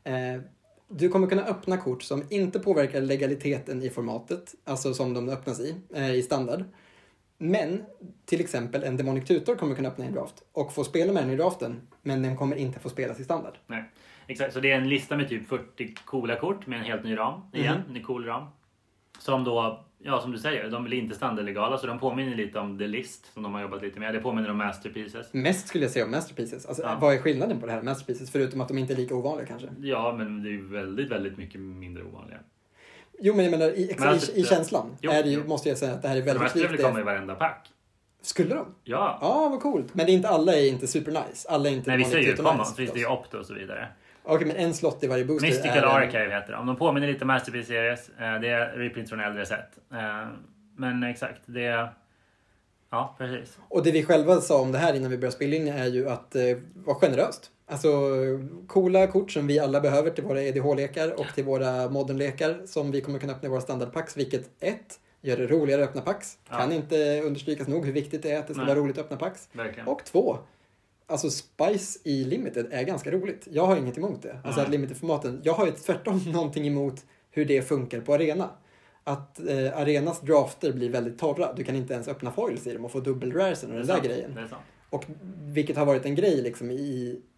[SPEAKER 1] Du kommer kunna öppna kort som inte påverkar legaliteten i formatet, alltså som de öppnas i standard. Men till exempel en demonic tutor kommer kunna öppna i draft och få spela med den i draften, men den kommer inte få spelas i standard.
[SPEAKER 2] Nej. Exakt, så det är en lista med typ 40 coola kort med en helt ny ram igen, en cool ram. Som då, ja som du säger, de blir inte standardlegala så de påminner lite om The List som de har jobbat lite med. Det påminner om Masterpieces.
[SPEAKER 1] Mest skulle jag säga om Masterpieces. Alltså, vad är skillnaden på det här Masterpieces förutom att de inte är lika ovanliga kanske?
[SPEAKER 2] Ja, men det är ju väldigt, väldigt mycket mindre ovanliga.
[SPEAKER 1] Jo, men jag menar i känslan måste jag säga att det här är väldigt
[SPEAKER 2] likt. De här skulle komma i varenda pack.
[SPEAKER 1] Skulle de?
[SPEAKER 2] Ja.
[SPEAKER 1] Ja, vad coolt. Men det är inte alla är inte super nice. Alla är inte.
[SPEAKER 2] Nej, vi ser ju komma. Så finns det ju Opto och så vidare.
[SPEAKER 1] Okej, men en slott i varje booster
[SPEAKER 2] Mystical Archive heter det. Om de påminner lite om Masterpiece Series. Det är reprint från äldre sätt. Men exakt, det är... Ja, precis.
[SPEAKER 1] Och det vi själva sa om det här innan vi började spela in är ju att vara generöst. Alltså coola kort som vi alla behöver till våra EDH-lekar och till våra modern-lekar som vi kommer kunna öppna i våra standardpacks. Vilket gör det roligare att öppna packs. Kan inte understrykas nog hur viktigt det är att det ska vara roligt att öppna packs.
[SPEAKER 2] Verkligen.
[SPEAKER 1] Och 2. Alltså Spice i Limited är ganska roligt. Jag har inget emot det. Alltså att Limited-formaten. Jag har ju tvärtom någonting emot hur det funkar på Arena. Att Arenas drafter blir väldigt torra. Du kan inte ens öppna foils i dem och få dubbel raresen och den där grejen.
[SPEAKER 2] Det är sant.
[SPEAKER 1] Och vilket har varit en grej liksom i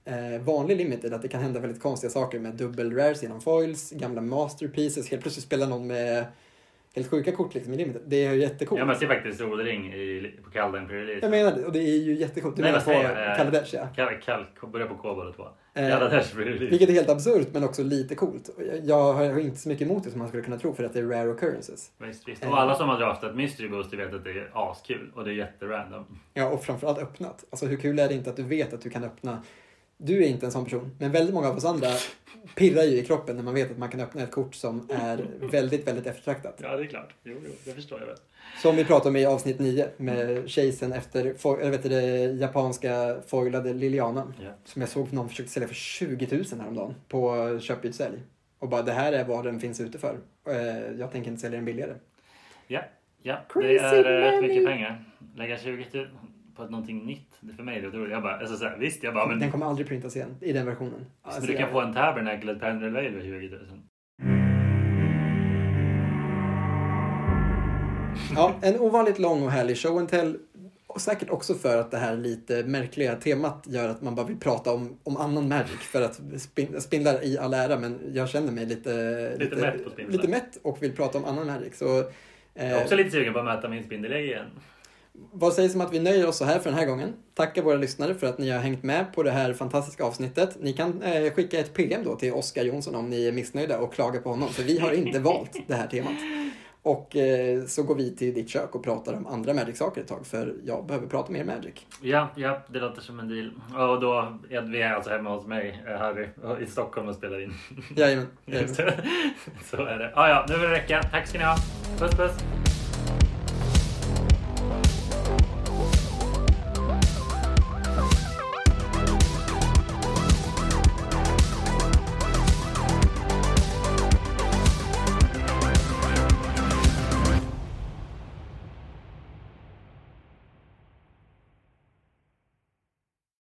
[SPEAKER 1] vanlig limited att det kan hända väldigt konstiga saker med dubbel rares genom foils, gamla masterpieces, helt plötsligt spelar någon med helt sjuka kort liksom i limited. Det är ju jättecoolt.
[SPEAKER 2] Ja, man ser faktiskt Solring på Kaldheim pre-release.
[SPEAKER 1] Jag menar det, och det är ju jättecoolt. Du menar på Kaladesh, ja.
[SPEAKER 2] Börjar på K båda två. Kaladesh pre-release.
[SPEAKER 1] Vilket är helt absurt, men också lite coolt. Jag har inte så mycket emot det som man skulle kunna tro, för att det är rare occurrences.
[SPEAKER 2] Visst. Och alla som har draftat Mystery Booster vet att det är askul, och det är jätterandom.
[SPEAKER 1] Ja, och framförallt öppnat. Alltså hur kul är det inte att du vet att du kan öppna. Du är inte en sån person, men väldigt många av oss andra pirrar ju i kroppen när man vet att man kan öppna ett kort som är väldigt, väldigt eftertraktat.
[SPEAKER 2] Ja, det är klart. Jo, det förstår jag väl.
[SPEAKER 1] Som vi pratade om i avsnitt 9 med chasen efter det japanska foilade Liliana. Yeah. Som jag såg någon försökte sälja för 20 000 häromdagen på köpbytsälj. Och bara, det här är vad den finns ute för. Jag tänker inte sälja den billigare.
[SPEAKER 2] Ja, det är rätt mycket pengar. Lägga 20 000 på någonting nytt. Det för mig är det. Jag bara, alltså så här, visst, jag bara, men
[SPEAKER 1] den kommer aldrig printas igen i den versionen.
[SPEAKER 2] Alltså, du kan få en Tabernacle Pendrel Veil för 20 000.
[SPEAKER 1] Ja, en ovanligt lång och härlig show and tell. Och säkert också för att det här lite märkliga temat gör att man bara vill prata om annan Magic. För att spindlar i all ära, men jag känner mig lite
[SPEAKER 2] mätt på spindlar.
[SPEAKER 1] Lite mätt och vill prata om annan Magic. Så,
[SPEAKER 2] jag är också lite sugen på att möta min spindelägg igen.
[SPEAKER 1] Vad sägs om att vi nöjer oss så här för den här gången? Tackar våra lyssnare för att ni har hängt med på det här fantastiska avsnittet. Ni kan skicka ett PM då till Oskar Jonsson om ni är missnöjda och klaga på honom. För vi har inte valt det här temat. Och så går vi till ditt kök och pratar om andra Magic-saker ett tag. För jag behöver prata mer Magic.
[SPEAKER 2] Ja, det låter som en deal. Och då är vi alltså hemma hos mig, Harry, i Stockholm och spelar in.
[SPEAKER 1] Jajamän.
[SPEAKER 2] Så är det. Ja, nu vill det räcka. Tack ska ni ha. Puss.